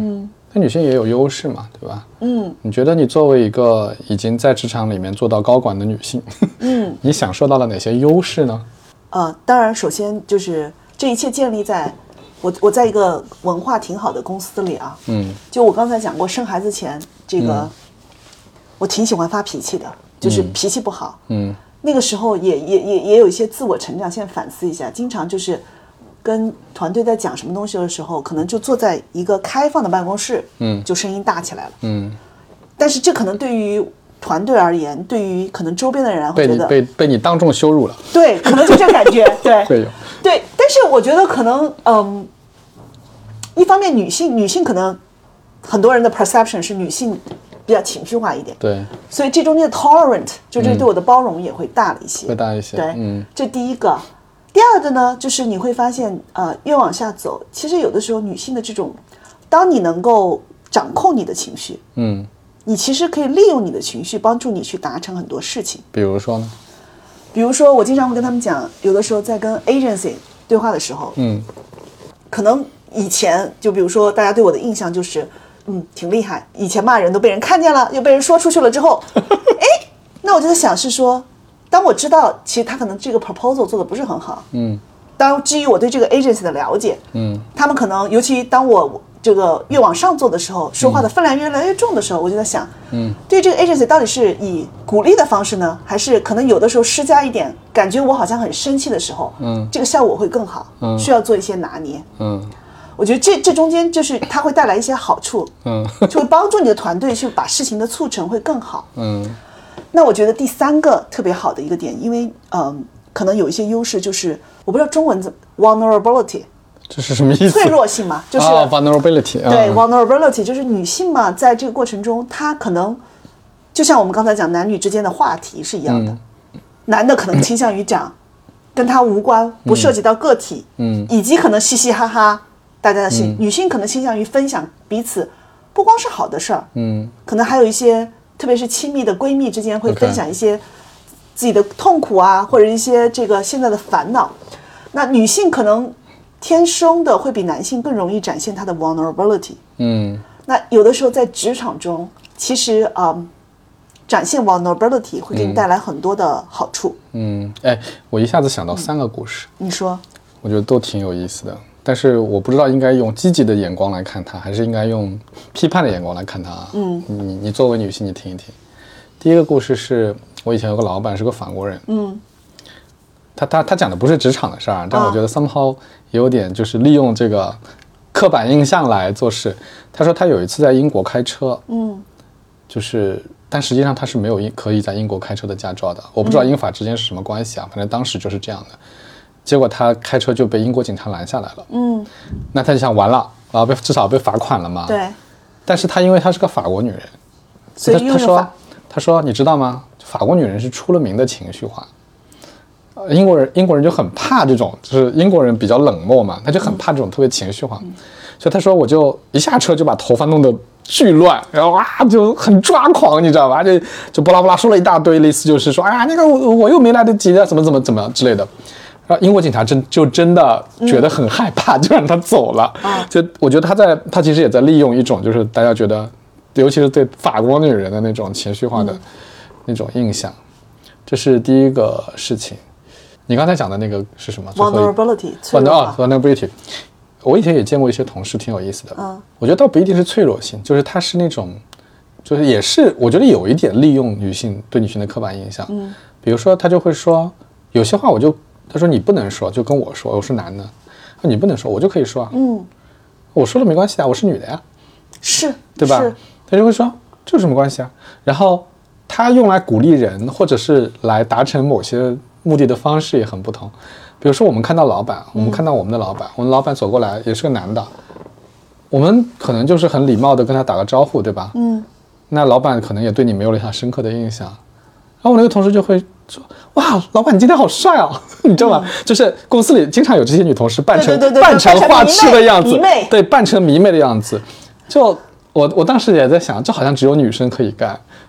那女性也有优势嘛，对吧？ 嗯， 你觉得你作为一个已经在职场里面做到高管的女性， 嗯， 你享受到了哪些优势呢？ 呃，当然，首先就是这一切建立在我我在一个文化挺好的公司里啊。 嗯， 就我刚才讲过，生孩子前这个， 嗯、 我挺喜欢发脾气的，就是脾气不好。 嗯， 那个时候也也也也有一些自我成长，现在反思一下，经常就是跟团队在讲什么东西的时候，可能就坐在一个开放的办公室， 嗯， 就声音大起来了。 嗯， 但是这可能对于团队而言，对于可能周边的人会被你觉得被被你当众羞辱了， 对，可能就这感觉，对， 会有， 对。但是我觉得可能，嗯，一方面女性女性可能很多人的 perception 是女性比较情绪化一点， 对， 所以这中间的 tolerant 就这对我的包容也会大了一些， 会大一些， 对， 嗯， 这第一个。第二个呢，就是你会发现，呃，越往下走，其实有的时候女性的这种，当你能够掌控你的情绪， 嗯， 你其实可以利用你的情绪帮助你去达成很多事情。 比如说呢？ 比如说，我经常会跟他们讲，有的时候在跟 agency 对话的时候， 嗯， 可能以前就比如说大家对我的印象就是，嗯，挺厉害，以前骂人都被人看见了，又被人说出去了之后，哎，那我就在想是说，当我知道其实他可能这个 proposal 做的不是很好， 嗯， 当基于我对这个 agency 的了解， 嗯， 他们可能尤其当我这个越往上做的时候，说话的分量越来越重的时候，我就在想， 嗯， 对这个 agency 到底是以鼓励的方式呢，还是可能有的时候施加一点，感觉我好像很生气的时候， 嗯， 这个效果会更好， 嗯， 需要做一些拿捏， 嗯， 我觉得这这中间就是它会带来一些好处， 嗯， 就会帮助你的团队去把事情的促成会更好， 嗯。 那我觉得第三个特别好的一个点，因为嗯，可能有一些优势，就是我不知道中文怎么 vulnerability。 这是什么意思？ 脆弱性嘛，就是、 oh, vulnerability。 对、嗯、vulnerability 就是女性嘛，在这个过程中，她可能就像我们刚才讲男女之间的话题是一样的，嗯、男的可能倾向于讲跟他无关、不涉及到个体，嗯，以及可能嘻嘻哈哈大家的事情、嗯，女性可能倾向于分享彼此，不光是好的事儿，嗯，可能还有一些，特别是亲密的闺蜜之间会分享一些自己的痛苦啊， okay. 或者一些这个现在的烦恼。那女性可能天生的会比男性更容易展现她的 vulnerability。嗯，那有的时候在职场中，其实嗯，展现 vulnerability 会给你带来很多的好处。 嗯，哎，我一下子想到三个故事。 嗯、你说？ 我觉得都挺有意思的，但是我不知道应该用积极的眼光来看它，还是应该用批判的眼光来看它。嗯，你你作为女性，你听一听。第一个故事是我以前有个老板是个法国人。嗯。他他他讲的不是职场的事儿，但我觉得 somehow 也有点就是利用这个刻板印象来做事。他说他有一次在英国开车，嗯，就是但实际上他是没有可以在英国开车的驾照的。我不知道英法之间是什么关系啊，反正当时就是这样的。结果他开车就被英国警察拦下来了，嗯，那他就想完了，啊，被至少被罚款了嘛。 对。 但是他因为他是个法国女人， 所以他说他说你知道吗？法国女人是出了名的情绪化。英国人英国人就很怕这种，就是英国人比较冷漠嘛，他就很怕这种特别情绪化，嗯、所以他说我就一下车就把头发弄得巨乱，然后啊就很抓狂，你知道吧？就就巴拉巴拉说了一大堆，类似就是说，哎呀那个我我又没来得及啊，怎么怎么怎么之类的。然后英国警察真就真的觉得很害怕，嗯、就让他走了。啊、就我觉得他在他其实也在利用一种就是大家觉得，尤其是对法国女人的那种情绪化的那种印象，嗯、这是第一个事情。你刚才讲的那个是什么 ？vulnerability， 脆弱化。 vulnerability， 我以前也见过一些同事，挺有意思的。嗯，我觉得倒不一定是脆弱性，就是他是那种，就是也是我觉得有一点利用女性对女性的刻板印象。嗯，比如说他就会说有些话，我就他说你不能说，就跟我说，我是男的，你不能说，我就可以说。嗯，我说了没关系啊，我是女的呀， 是， 对吧？他就会说这有什么关系啊？然后他用来鼓励人，或者是来达成某些目的的方式也很不同。比如说我们看到老板，我们看到我们的老板，嗯、我们老板走过来也是个男的，我们可能就是很礼貌的跟他打个招呼，对吧？嗯，那老板可能也对你没有留下深刻的印象，然后我那个同事就会说，哇，老板你今天好帅啊，你知道吗？嗯、就是公司里经常有这些女同事扮成对对对对扮成花痴的样子， 迷妹对，扮成迷妹的样子。就我我当时也在想，这好像只有女生可以干。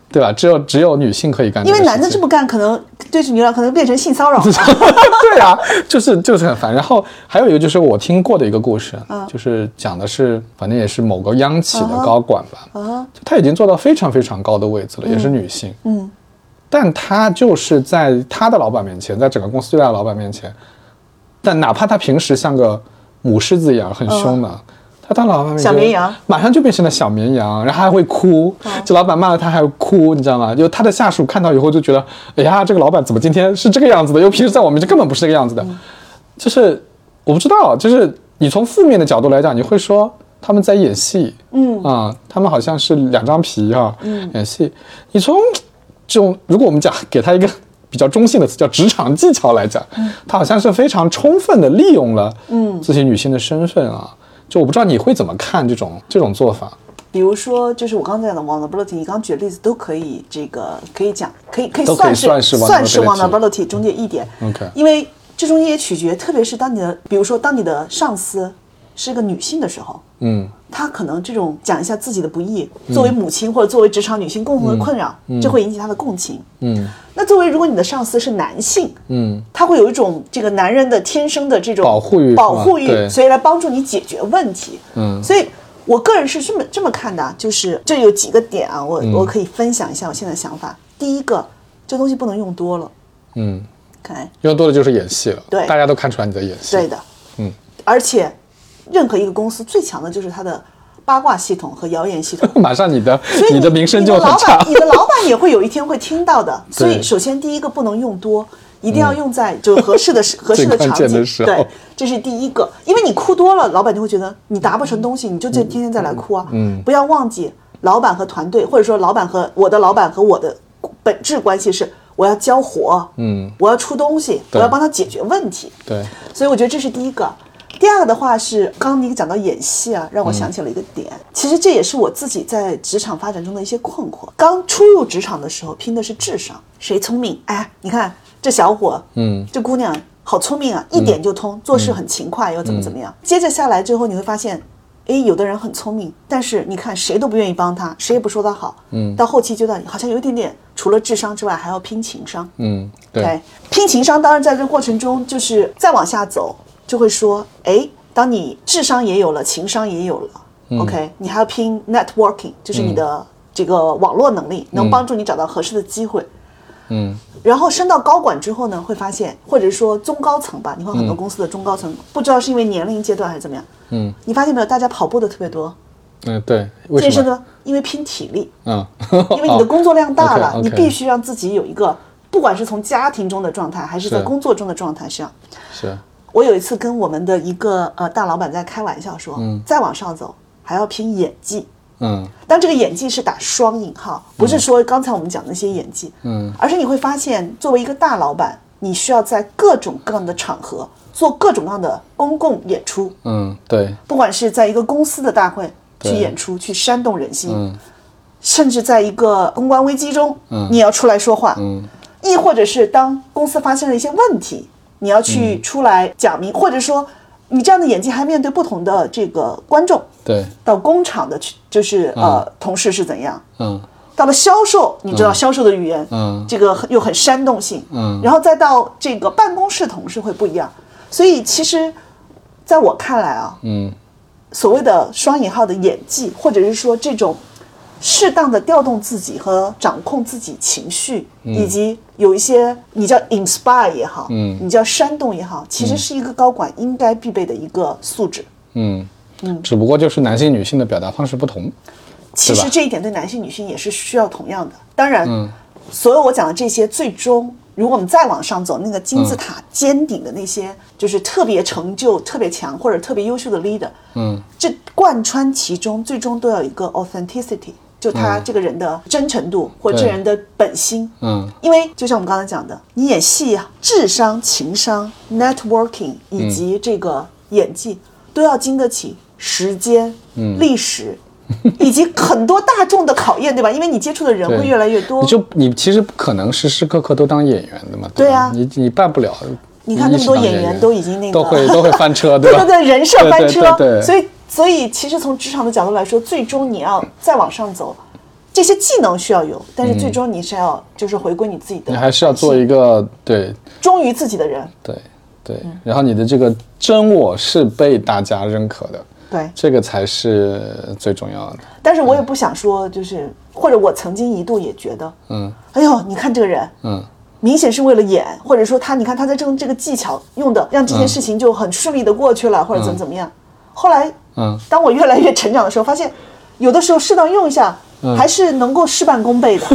对吧？只有只有女性可以干这因个事情， 为男的这么干，可能对女来可能变成性骚扰了。 对啊，就是就是很烦。然后还有一个就是我听过的一个故事，嗯、就是讲的是，反正也是某个央企的高管吧，嗯、就她已经做到非常非常高的位置了，嗯、也是女性，嗯，但她就是在她的老板面前，在整个公司最大的老板面前，但哪怕她平时像个母狮子一样很凶的。嗯他当老板小绵羊， 马上就变成了小绵羊，然后还会哭。这、哦、老板骂了他还会哭，你知道吗？就他的下属看到以后就觉得，哎呀，这个老板怎么今天是这个样子的？因为平时在我们这根本不是这个样子的。嗯、就是我不知道，就是你从负面的角度来讲，你会说他们在演戏，嗯啊、嗯，他们好像是两张皮哈、啊，嗯，演戏。你从这种，如果我们讲给他一个比较中性的词叫职场技巧来讲，嗯、他好像是非常充分的利用了嗯自己女性的身份啊。就我不知道你会怎么看这种这种做法， 比如说，就是我刚才讲的 vulnerability， 你刚刚举的例子都可以，这个可以讲，可以可以算是算是算是 vulnerability 中间一点。 OK， 因为这中间也取决，特别是当你的，比如说当你的上司是个女性的时候，嗯，她可能这种讲一下自己的不易，作为母亲或者作为职场女性共同的困扰，嗯、这会引起她的共情。嗯，那作为如果你的上司是男性，嗯，他会有一种这个男人的天生的这种保护欲， 保护欲，所以来帮助你解决问题。嗯，所以我个人是这么这么看的，就是这有几个点啊，我、嗯、我可以分享一下我现在的想法。第一个，这东西不能用多了。嗯 ，OK， 用多了就是演戏了。 对， 大家都看出来你在演戏。 对的。嗯，而且任何一个公司最强的就是它的八卦系统和谣言系统， 马上你的你你的名声就很差， 你的老板也会有一天会听到的。所以首先第一个不能用多，一定要用在就合适的、嗯、合适的场景的时候。 对，这是第一个，因为你哭多了，老板就会觉得你达不成东西，你就这天天再来哭啊。嗯，不要忘记老板和团队，或者说老板和我的老板和我的本质关系是我要交活，嗯，我要出东西，我要帮他解决问题。 对， 所以我觉得这是第一个。第二个的话是，刚刚你讲到演戏啊，让我想起了一个点。嗯、其实这也是我自己在职场发展中的一些困惑。刚初入职场的时候，拼的是智商，谁聪明？哎，你看这小伙，嗯，这姑娘好聪明啊，一点就通，嗯、做事很勤快，又怎么怎么样。嗯、接着下来之后，你会发现，哎，有的人很聪明，但是你看谁都不愿意帮他，谁也不说他好。嗯，到后期阶段好像有一点点，除了智商之外，还要拼情商。嗯，对， okay? 拼情商，当然在这个过程中，就是再往下走。就会说，哎，当你智商也有了，情商也有了、嗯、，OK， 你还要拼 networking， 就是你的这个网络能力，嗯、能帮助你找到合适的机会。嗯，然后升到高管之后呢，会发现，或者说中高层吧，你看很多公司的中高层，嗯、不知道是因为年龄阶段还是怎么样，嗯，你发现没有，大家跑步的特别多。 嗯，对， 健身呢，因为拼体力，嗯，因为你的工作量大了， okay, okay. 你必须让自己有一个，不管是从家庭中的状态，还是在工作中的状态上， 是。 我有一次跟我们的一个呃大老板在开玩笑说，嗯，再往上走还要拼演技，嗯，但这个演技是打双引号，不是说刚才我们讲的那些演技，嗯，而是你会发现，作为一个大老板，你需要在各种各样的场合做各种各样的公共演出， 嗯，对， 不管是在一个公司的大会去演出，去煽动人心，嗯，甚至在一个公关危机中，嗯，你要出来说话，嗯，亦或者是当公司发生了一些问题。你要去出来讲明，嗯、或者说你这样的演技还面对不同的这个观众， 对， 到工厂的就是、嗯、呃同事是怎样，嗯，到了销售，你知道销售的语言，嗯，这个又很煽动性，嗯，然后再到这个办公室同事会不一样，所以其实在我看来啊，嗯，所谓的双引号的演技，或者是说这种适当的调动自己和掌控自己情绪，嗯、以及有一些你叫 inspire 也好，嗯，你叫煽动也好，其实是一个高管应该必备的一个素质。嗯嗯，只不过就是男性女性的表达方式不同。 其实这一点对男性女性也是需要同样的。当然，嗯、所有我讲的这些，最终如果我们再往上走，那个金字塔尖顶的那些，嗯、就是特别成就、特别强或者特别优秀的 leader， 嗯，这贯穿其中，最终都要有一个 authenticity。就他这个人的真诚度，嗯、或这人的本心，嗯，因为就像我们刚才讲的，你演戏啊，智商、情商、networking 以及这个演技，嗯、都要经得起时间、嗯、历史，以及很多大众的考验，对吧？因为你接触的人会越来越多， 你就你其实不可能时时刻刻都当演员的嘛， 对啊， 你你办不了。 你看那么多演员都已经那个都会都会翻车，对吧？ 对对对，人设翻车， 对对对对， 所以。所以，其实从职场的角度来说，最终你要再往上走， 这些技能需要有，但是最终你是要就是回归你自己的， 你还是要做一个对忠于自己的人。 对对、嗯，然后你的这个真我是被大家认可的， 对， 这个才是最重要的。 但是我也不想说，就是、嗯、或者我曾经一度也觉得，嗯，哎呦，你看这个人，嗯，明显是为了演，或者说他，你看他在这种这个技巧用的，让这件事情就很顺利的过去了，嗯、或者怎么怎么样。后来，嗯，当我越来越成长的时候，发现有的时候适当用一下，嗯、还是能够事半功倍的。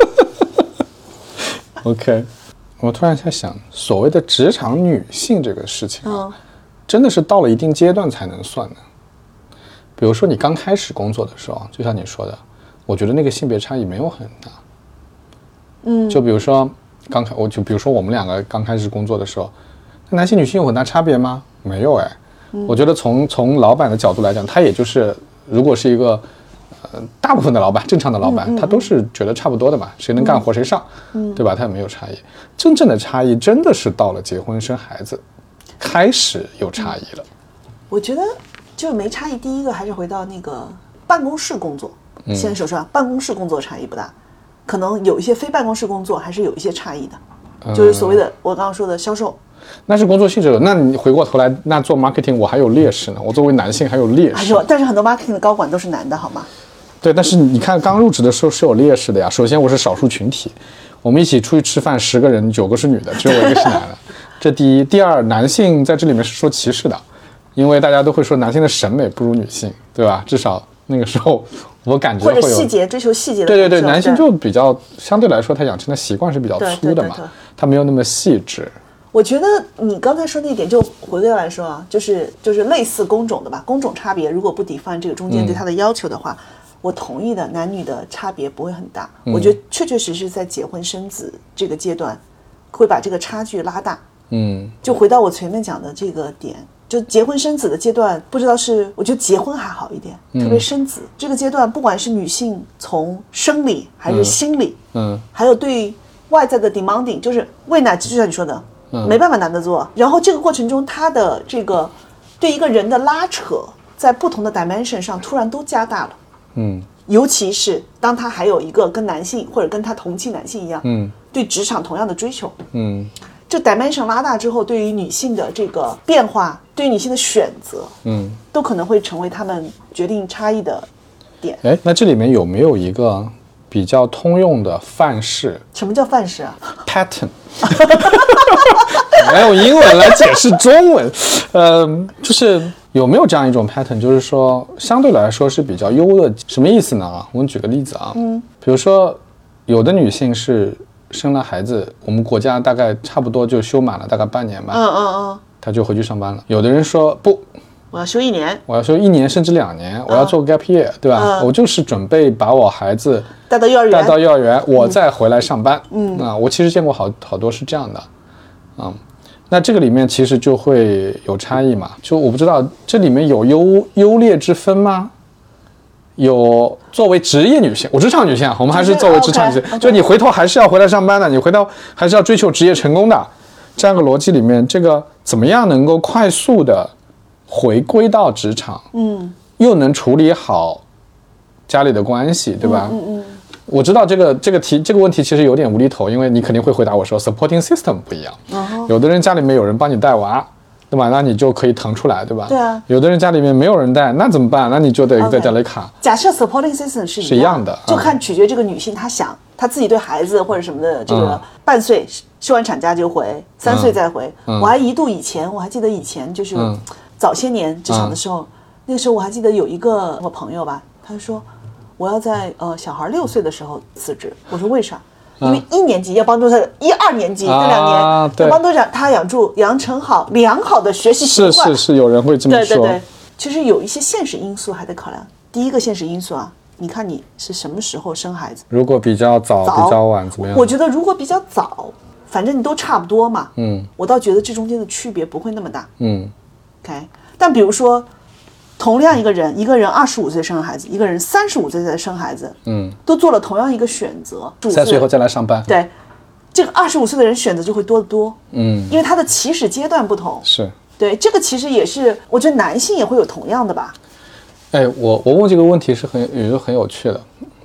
OK， 我突然在想，所谓的职场女性这个事情啊，嗯、真的是到了一定阶段才能算的。比如说你刚开始工作的时候，就像你说的，我觉得那个性别差异没有很大。嗯，就比如说刚开，我就比如说我们两个刚开始工作的时候，男性女性有很大差别吗？没有哎。嗯、我觉得从从老板的角度来讲，他也就是如果是一个呃大部分的老板，正常的老板，嗯嗯嗯、他都是觉得差不多的嘛，谁能干活谁上，嗯、对吧？他也没有差异。真正的差异真的是到了结婚生孩子，开始有差异了。 我觉得。就是没差异，第一个还是回到那个办公室工作。嗯、现在手上办公室工作差异不大，可能有一些非办公室工作还是有一些差异的，嗯、就是所谓的我刚刚说的销售。 那是工作性质的，那你回过头来，那做 marketing 我还有劣势呢，我作为男性还有劣势。 哎呦，但是很多 marketing 的高管都是男的，好吗？ 对，但是你看刚入职的时候是有劣势的呀。首先我是少数群体，我们一起出去吃饭，十个人九个是女的，只有我一个是男的，这第一。第二，男性在这里面是受歧视的。因为大家都会说男性的审美不如女性，对吧？至少那个时候我感觉会有或者细节追求细节的。 对对对，男性就比较相对来说他养成的习惯是比较粗的嘛，他没有那么细致。 我觉得你刚才说那一点，就回过来说啊，就是就是类似工种的吧，工种差别如果不define这个中间对他的要求的话，嗯、我同意的，男女的差别不会很大。嗯、我觉得确确实实在结婚生子这个阶段，会把这个差距拉大。嗯，就回到我前面讲的这个点。就结婚生子的阶段，不知道是我觉得结婚还好一点，嗯、特别生子这个阶段，不管是女性从生理还是心理，嗯，嗯还有对外在的 demanding， 就是喂奶，就像你说的，嗯、没办法男的做。然后这个过程中，他的这个对一个人的拉扯，在不同的 dimension 上突然都加大了，嗯，尤其是当他还有一个跟男性或者跟他同期男性一样，嗯，对职场同样的追求，嗯。这 dimension 拉大之后，对于女性的这个变化，对于女性的选择，嗯，都可能会成为他们决定差异的点。 哎，那这里面有没有一个比较通用的范式？ 什么叫范式啊 ？Pattern。我要用英文来解释中文，呃，就是有没有这样一种 pattern， 就是说相对来说是比较优的？什么意思呢？我们举个例子啊，嗯，比如说有的女性是。生了孩子，我们国家大概差不多就休满了，大概半年吧。嗯嗯嗯，他就回去上班了。有的人说不， 我要休一年， 我要休一年甚至两年，我要做 gap year， 对吧？嗯、我就是准备把我孩子带到幼儿园， 带到幼儿园，我再回来上班。嗯啊，我其实见过好好多是这样的，嗯，那这个里面其实就会有差异嘛。就我不知道这里面有优优劣之分吗？有作为职业女性，我职场女性啊，我们还是作为职场女性， okay, okay. 就你回头还是要回来上班的，你回头还是要追求职业成功的，这样个逻辑里面，这个怎么样能够快速的回归到职场，嗯，又能处理好家里的关系，对吧？嗯 嗯, 嗯我知道这个这个题这个问题其实有点无厘头，因为你肯定会回答我说 supporting system 不一样，哦、有的人家里面有人帮你带娃。对吧？那你就可以腾出来，对吧？ 对啊。 有的人家里面没有人带，那怎么办？那你就得在家里卡。 Okay. 假设 supporting system 是一样, 是一样的， 就看取决这个女性她想，她自己对孩子或者什么的，这个半岁休完产假就回，三岁再回。嗯、我还一度以前，我还记得以前就是早些年职场的时候，嗯、那个时候我还记得有一个我朋友吧，他就说我要在呃小孩六岁的时候辞职。我说为啥？因为一年级要帮助他，一二年级那两年、啊、要帮助他养住养成好良好的学习习惯。 是是是，有人会这么说。 对对对，其实有一些现实因素还得考量。第一个现实因素啊，你看你是什么时候生孩子？ 如果比较早、早比较晚怎么样？ 我觉得如果比较早，反正你都差不多嘛。嗯，我倒觉得这中间的区别不会那么大。嗯 ，OK。但比如说。同样一个人，一个人二十五岁生孩子，一个人三十五岁再生孩子，嗯，都做了同样一个选择， 三岁以后再来上班， 对，这个二十五岁的人选择就会多得多，嗯，因为他的起始阶段不同， 是， 对，这个其实也是，我觉得男性也会有同样的吧。 哎，我我问这个问题是很也是很有趣的，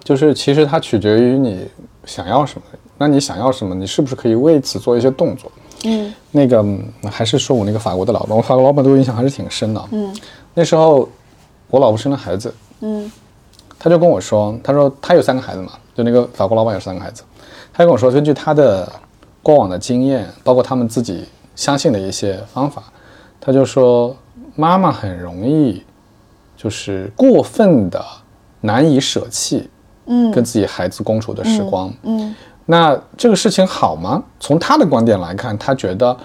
就是其实它取决于你想要什么。那你想要什么？你是不是可以为此做一些动作？嗯，那个还是说我那个法国的老板，我法国老板对我印象还是挺深的。嗯，那时候我老婆生了孩子，嗯，他就跟我说，他说他有三个孩子嘛，就那个法国老板有三个孩子，他就跟我说，根据他的过往的经验，包括他们自己相信的一些方法，他就说妈妈很容易就是过分的难以舍弃，嗯，跟自己孩子共处的时光，嗯。嗯，那这个事情好吗？从他的观点来看，他觉得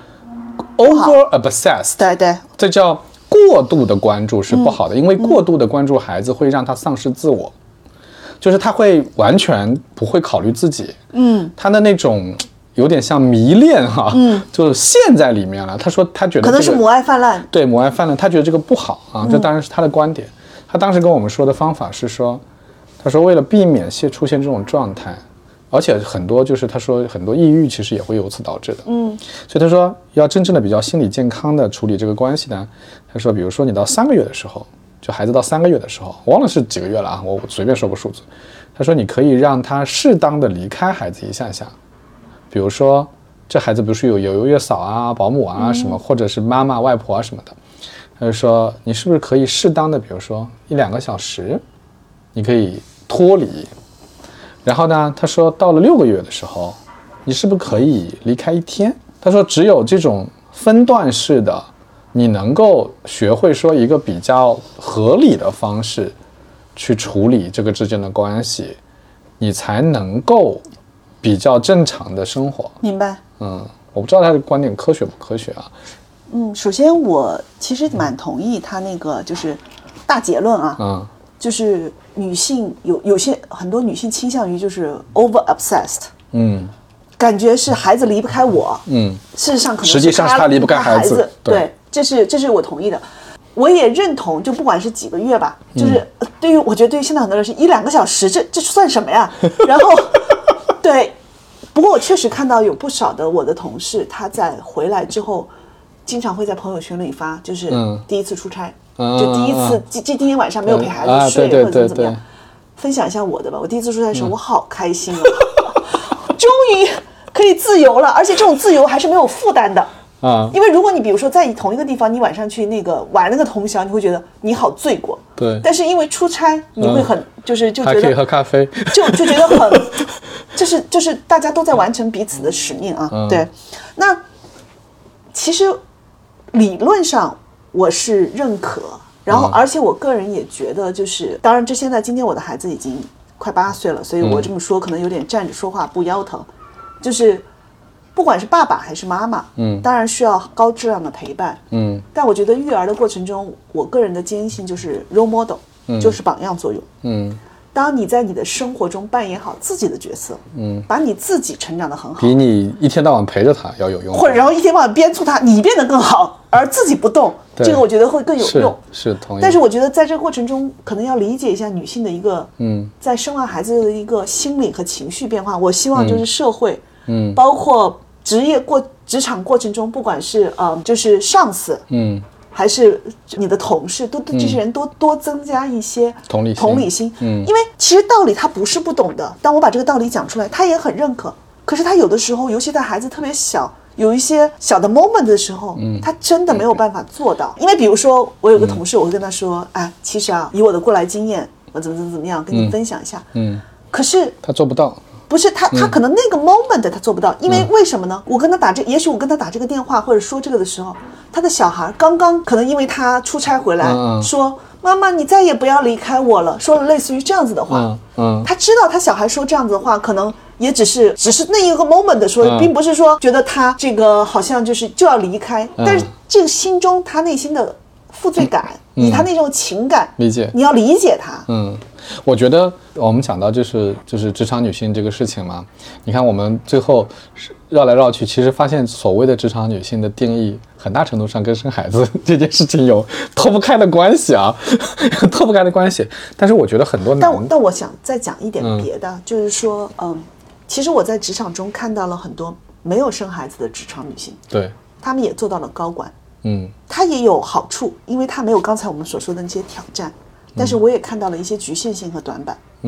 over obsessed， 对对， 这叫过度的关注是不好的，嗯、因为过度的关注孩子会让他丧失自我，嗯、就是他会完全不会考虑自己，嗯，他的那种有点像迷恋哈，嗯，就陷在里面了。他说他觉得、这个、 可能是母爱泛滥， 对，母爱泛滥，他觉得这个不好啊，这当然是他的观点。嗯、他当时跟我们说的方法是说，他说为了避免现出现这种状态。而且很多就是他说很多抑郁其实也会由此导致的，嗯，所以他说要真正的比较心理健康的处理这个关系呢，他说比如说你到三个月的时候，就孩子到三个月的时候，我忘了是几个月了啊，我随便说个数字，他说你可以让他适当的离开孩子一下下，比如说这孩子不是有有月嫂啊、保姆啊什么，嗯、或者是妈妈、外婆啊什么的，他就说你是不是可以适当的，比如说一两个小时，你可以脱离。然后呢，他说到了六个月的时候，你是不是可以离开一天？他说只有这种分段式的，你能够学会说一个比较合理的方式去处理这个之间的关系，你才能够比较正常的生活。 明白？ 嗯，我不知道他的观点科学不科学啊。 嗯，首先我其实蛮同意他那个就是大结论啊。嗯。就是女性有有些很多女性倾向于就是 over obsessed， 嗯，感觉是孩子离不开我，嗯，事实上可能实际上是他离不开孩子， 对，对，这是这是我同意的，我也认同，就不管是几个月吧，就是对于我觉得对于现在很多人是一两个小时，这这算什么呀？然后对，不过我确实看到有不少的我的同事，他在回来之后，经常会在朋友圈里发，就是第一次出差。嗯就第一次，今今天晚上没有陪孩子睡，或者怎么怎么样，分享一下我的吧。我第一次出差的时候，我好开心啊，终于可以自由了，而且这种自由还是没有负担的啊。因为如果你比如说在同一个地方，你晚上去那个玩那个通宵，你会觉得你好罪过。 对。 但是因为出差，你会很就是就觉得还可以喝咖啡， 就就觉得很，就是就是大家都在完成彼此的使命啊。对。那其实理论上。我是认可，然后而且我个人也觉得，就是当然，这现在今天我的孩子已经快八岁了，所以我这么说可能有点站着说话不腰疼。就是不管是爸爸还是妈妈，嗯，当然需要高质量的陪伴，嗯，但我觉得育儿的过程中，我个人的坚信就是 role model，嗯，就是榜样作用，嗯。当你在你的生活中扮演好自己的角色，嗯，把你自己成长得很好， 比你一天到晚陪着他要有用， 或者然后一天到晚鞭促他，你变得更好，而自己不动，这个我觉得会更有用。 是，是同意。 但是我觉得在这个过程中，可能要理解一下女性的一个，嗯，在生完孩子的一个心理和情绪变化。我希望就是社会，嗯，包括职业过职场过程中，不管是呃，就是上司，嗯。还是你的同事，都对这些人多、嗯、多增加一些同理心， 同理心。嗯，因为其实道理他不是不懂的，当我把这个道理讲出来，他也很认可。可是他有的时候，尤其在孩子特别小，有一些小的 moment 的时候，嗯，他真的没有办法做到。因为比如说，我有个同事，我会跟他说，哎、嗯，其实啊，以我的过来经验，我怎么怎么怎么样，跟你分享一下。嗯，嗯可是他做不到。 不是他，他可能那个 moment 他做不到，因为为什么呢？我跟他打这，也许我跟他打这个电话或者说这个的时候，他的小孩刚刚可能因为他出差回来，说妈妈你再也不要离开我了，说了类似于这样子的话，嗯嗯，他知道他小孩说这样子的话，可能也只是只是那一个 moment 的说，并不是说觉得他这个好像就是就要离开，但是这个心中他内心的负罪感，以他那种情感理解， 你要理解他， 嗯。我觉得我们讲到就是就是职场女性这个事情嘛，你看我们最后绕来绕去，其实发现所谓的职场女性的定义，很大程度上跟生孩子这件事情有脱不开的关系啊，脱不开的关系。但是我觉得很多男， 但我但我想再讲一点别的，嗯、就是说，嗯，其实我在职场中看到了很多没有生孩子的职场女性， 对， 她们也做到了高管，嗯，她也有好处，因为她没有刚才我们所说的那些挑战。但是我也看到了一些局限性和短板，嗯，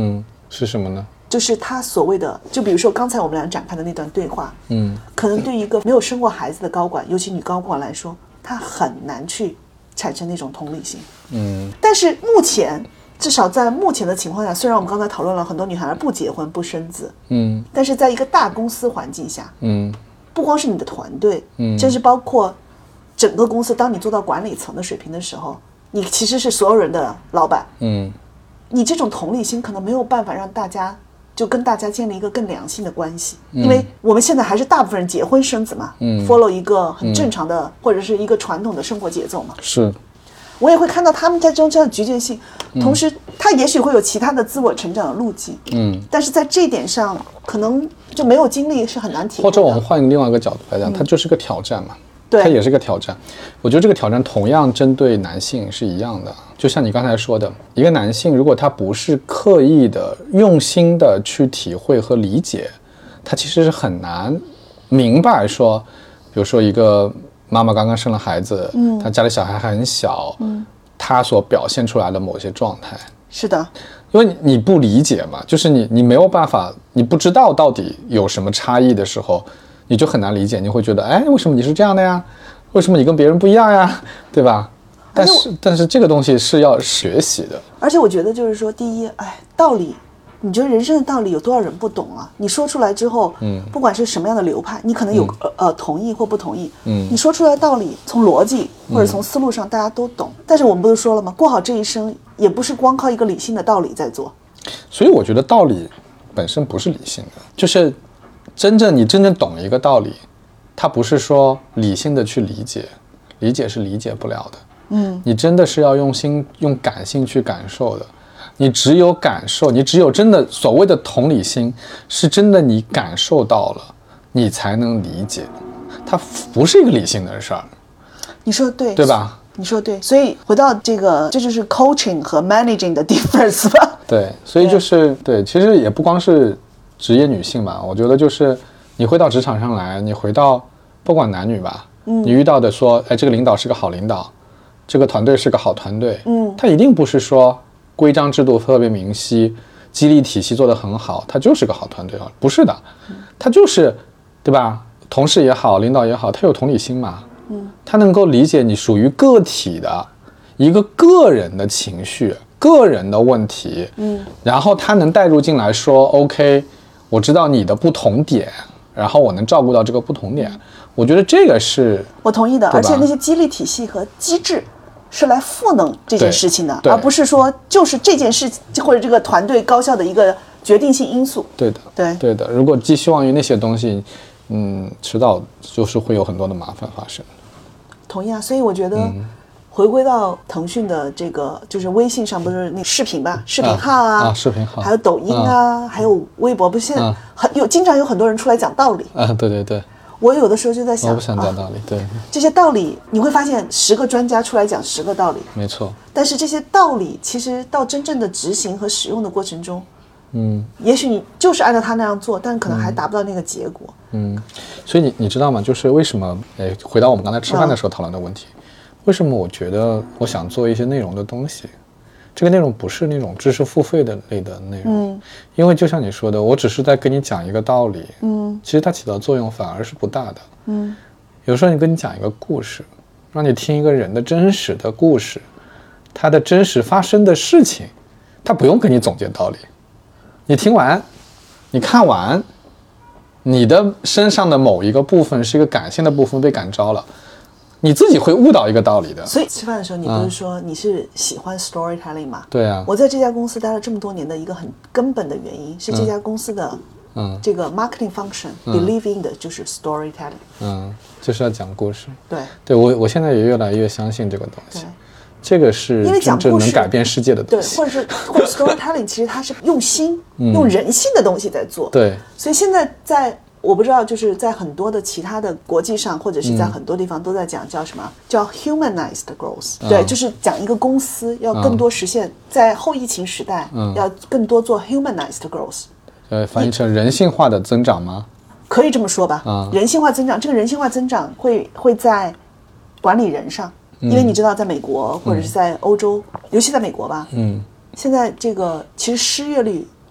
是什么呢？ 就是他所谓的，就比如说刚才我们俩展开的那段对话， 嗯， 可能对于一个没有生过孩子的高管，尤其女高管来说，他很难去产生那种同理心。 嗯， 但是目前，至少在目前的情况下，虽然我们刚才讨论了很多女孩不结婚不生子， 嗯， 但是在一个大公司环境下， 嗯， 不光是你的团队， 嗯， 甚至包括整个公司，当你做到管理层的水平的时候，你其实是所有人的老板， 嗯， 你这种同理心可能没有办法让大家就跟大家建立一个更良性的关系，因为我们现在还是大部分人结婚生子嘛，嗯 ，follow 一个很正常的、嗯、或者是一个传统的生活节奏嘛。 是， 我也会看到他们在中间的局限性，同时他也许会有其他的自我成长的路径，嗯，但是在这一点上可能就没有经历是很难体会的。 或者我们换另外一个角度来讲，嗯、它就是个挑战嘛。 对， 它也是个挑战。我觉得这个挑战同样针对男性是一样的，就像你刚才说的，一个男性如果他不是刻意的、用心的去体会和理解，他其实是很难明白说，比如说一个妈妈刚刚生了孩子，嗯，她家里小孩还很小，嗯，她所表现出来的某些状态。 是的， 因为你不理解嘛，就是你你没有办法，你不知道到底有什么差异的时候，你就很难理解，你会觉得，哎，为什么你是这样的呀？为什么你跟别人不一样呀？对吧？但是但是这个东西是要学习的。 而且我觉得就是说，第一，哎，道理，你觉得人生的道理有多少人不懂啊？你说出来之后，嗯，不管是什么样的流派，你可能有、嗯、呃同意或不同意，嗯，你说出来的道理，从逻辑或者从思路上大家都懂。嗯、但是我们不是说了吗？过好这一生也不是光靠一个理性的道理在做。 所以我觉得道理本身不是理性的，就是真正你真正懂一个道理，它不是说理性的去理解，理解是理解不了的。嗯，你真的是要用心用感性去感受的。你只有感受，你只有真的所谓的同理心，是真的你感受到了，你才能理解。它不是一个理性的事儿。 你说对， 对吧？ 你说对。所以回到这个，这就是 coaching 和 managing 的 difference 吧？ 对，所以就是对，其实也不光是职业女性吧，我觉得就是你回到职场上来，你回到不管男女吧，嗯，你遇到的说，哎，这个领导是个好领导，这个团队是个好团队，嗯，他一定不是说规章制度特别明晰，激励体系做得很好，他就是个好团队啊，不是的，他就是对吧？同事也好，领导也好，他有同理心嘛，嗯，他能够理解你属于个体的一个个人的情绪。个人的问题，嗯，然后他能带入进来说 OK 我知道你的不同点，然后我能照顾到这个不同点，我觉得这个是我同意的。而且那些激励体系和机制是来赋能这件事情的，而不是说就是这件事或者这个团队高效的一个决定性因素。 对的， 对对的。如果寄希望于那些东西，嗯，迟早就是会有很多的麻烦发生。 同意啊，所以我觉得、嗯回归到腾讯的这个，就是微信上不是那视频吧，视频号啊， 啊视频号， 还有抖音啊，啊还有微博，不是现在很有经常有很多人出来讲道理啊，对对对。 我有的时候就在想， 我不想讲道理，啊、对这些道理，你会发现十个专家出来讲十个道理， 没错。 但是这些道理其实到真正的执行和使用的过程中，嗯，也许你就是按照他那样做，但可能还达不到那个结果。嗯， 嗯所以你你知道吗？就是为什么？哎，回到我们刚才吃饭的时候讨论的问题。嗯为什么我觉得我想做一些内容的东西，这个内容不是那种知识付费的类的内容，嗯，因为就像你说的，我只是在跟你讲一个道理，嗯，其实它起到作用反而是不大的，嗯，有时候你跟你讲一个故事，让你听一个人的真实的故事，他的真实发生的事情，他不用跟你总结道理，你听完，你看完，你的身上的某一个部分是一个感性的部分被感召了。你自己会悟到一个道理的。 所以吃饭的时候你不是说你是喜欢 storytelling 吗？ 对啊。 我在这家公司待了这么多年的一个很根本的原因是这家公司的这个 marketing function、嗯、believe in 的就是 storytelling。 嗯，就是要讲故事。 对。 对我我现在也越来越相信这个东西。对。这个是真正能改变世界的东西。 对，或者是或者 storytelling 其实它是用心、嗯、用人性的东西在做。 对。 所以现在在我不知道，就是在很多的其他的国际上，或者是在很多地方都在讲叫什么、嗯、叫 humanized growth、嗯、对，就是讲一个公司要更多实现、嗯、在后疫情时代、嗯、要更多做 humanized growth。 呃，翻译成人性化的增长吗？ 可以这么说吧、嗯、人性化增长，这个人性化增长会会在管理人上、嗯、因为你知道在美国或者是在欧洲、嗯、尤其在美国吧，嗯，现在这个其实失业率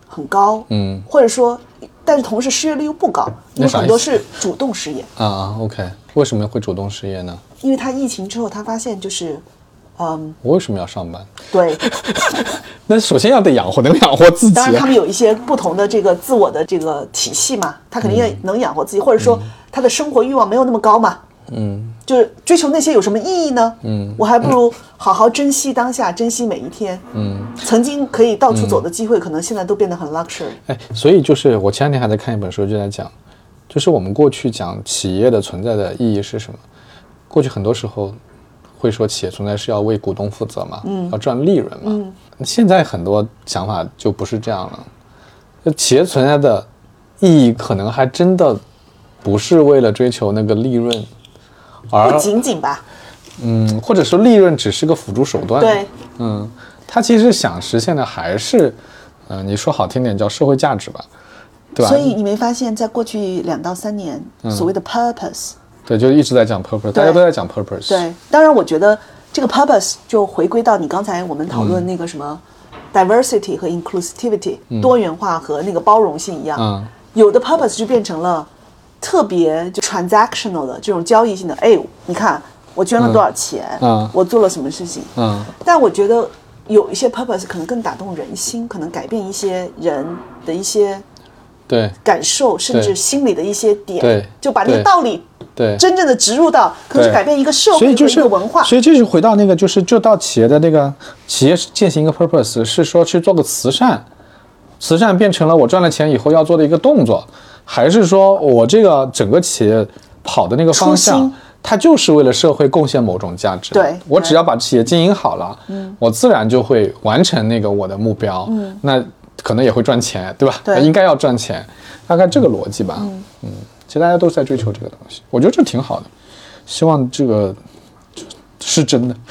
很高， 嗯， 或者说，但是同时失业率又不高，因为很多是主动失业啊。OK， 为什么会主动失业呢？ 因为他疫情之后，他发现就是，嗯， 我为什么要上班？ 对， 那首先要得养活，能养活自己。 当然，他们有一些不同的这个自我的这个体系嘛，他肯定也能养活自己，嗯、或者说他的生活欲望没有那么高嘛。嗯，就是追求那些有什么意义呢？嗯，我还不如好好珍惜当下，珍惜每一天。嗯，曾经可以到处走的机会，嗯、可能现在都变得很 luxury。 哎，所以就是我前两天还在看一本书，就在讲，就是我们过去讲企业的存在的意义是什么？过去很多时候会说企业存在是要为股东负责嘛，嗯，要赚利润嘛。嗯，现在很多想法就不是这样了。企业存在的意义可能还真的不是为了追求那个利润。而不仅仅吧， 嗯，或者说利润只是个辅助手段， 对， 嗯，他其实想实现的还是，嗯、呃，你说好听点叫社会价值吧，对吧？ 所以你没发现，在过去两到三年，嗯、所谓的 purpose， 对，就一直在讲 purpose， 大家都在讲 purpose。 对，当然，我觉得这个 purpose 就回归到你刚才我们讨论那个什么、嗯、diversity 和 inclusivity、嗯、多元化和那个包容性一样，嗯，有的 purpose 就变成了。特别就 transactional 的这种交易性的，哎，你看我捐了多少钱，嗯，我做了什么事情，嗯，但我觉得有一些 purpose 可能更打动人心，可能改变一些人的一些对感受，甚至心里的一些点， 对， 就把那个道理对真正的植入到，可能是改变一个社会和一个文化。 所以这是回到那个，就是就到企业的那个企业践行一个 purpose， 是说去做个慈善，慈善变成了我赚了钱以后要做的一个动作。还是说我这个整个企业跑的那个方向，它就是为了社会贡献某种价值。 对， 我只要把企业经营好了，嗯，我自然就会完成那个我的目标。嗯，那可能也会赚钱，对吧？ 对， 应该要赚钱，大概这个逻辑吧。嗯嗯，其实大家都在追求这个东西，我觉得这挺好的。希望这个是真的。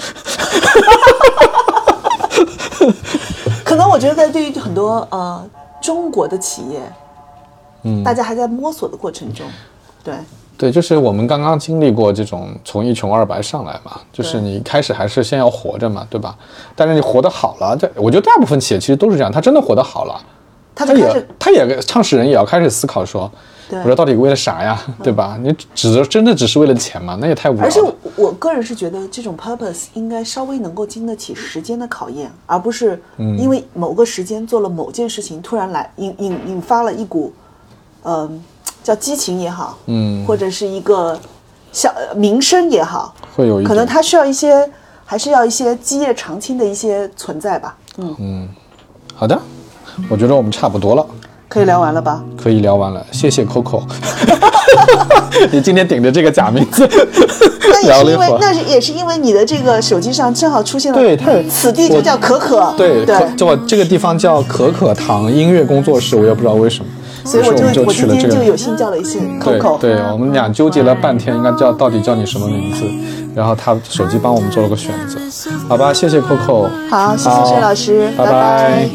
可能我觉得在对于很多呃中国的企业。嗯，大家还在摸索的过程中，对对，就是我们刚刚经历过这种从一穷二白上来嘛，就是你开始还是先要活着嘛，对吧？但是你活得好了，这我觉得大部分企业其实都是这样，他真的活得好了， 他就开始， 他也创始人也要开始思考说，我说到底为了啥呀，对吧？你只真的只是为了钱吗？那也太无聊了。 而且我我个人是觉得这种 purpose 应该稍微能够经得起时间的考验，而不是因为某个时间做了某件事情，突然来引引引发了一股。嗯，叫激情也好，嗯，或者是一个小名声也好， 会有一可能它需要一些，还是要一些基业长青的一些存在吧。嗯嗯，好的，我觉得我们差不多了， 可以聊完了吧？ 可以聊完了，谢谢 Coco。你今天顶着这个假名字， 那也是因为那是也是因为你的这个手机上正好出现了， 对，它此地就叫可可， 对对，就这个地方叫可可糖音乐工作室，我也不知道为什么。 所以我就我就我今天就有幸叫了一次 Coco。 对，对我们俩纠结了半天，应该叫到底叫你什么名字，然后他手机帮我们做了个选择，好吧，谢谢 Coco。 好，谢谢薛老师， 拜拜。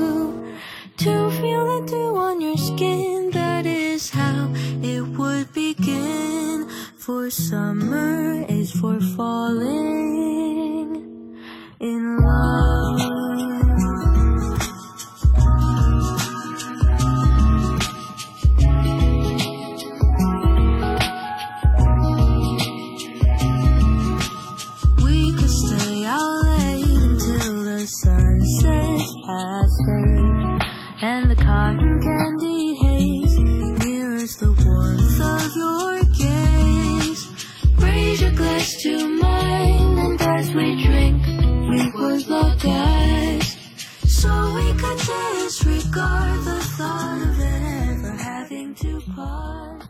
And the cotton candy haze mirrors the warmth of your gaze. Raise your glass to mine, and as we drink, we would lock eyes, so we could disregard the thought of ever having to part.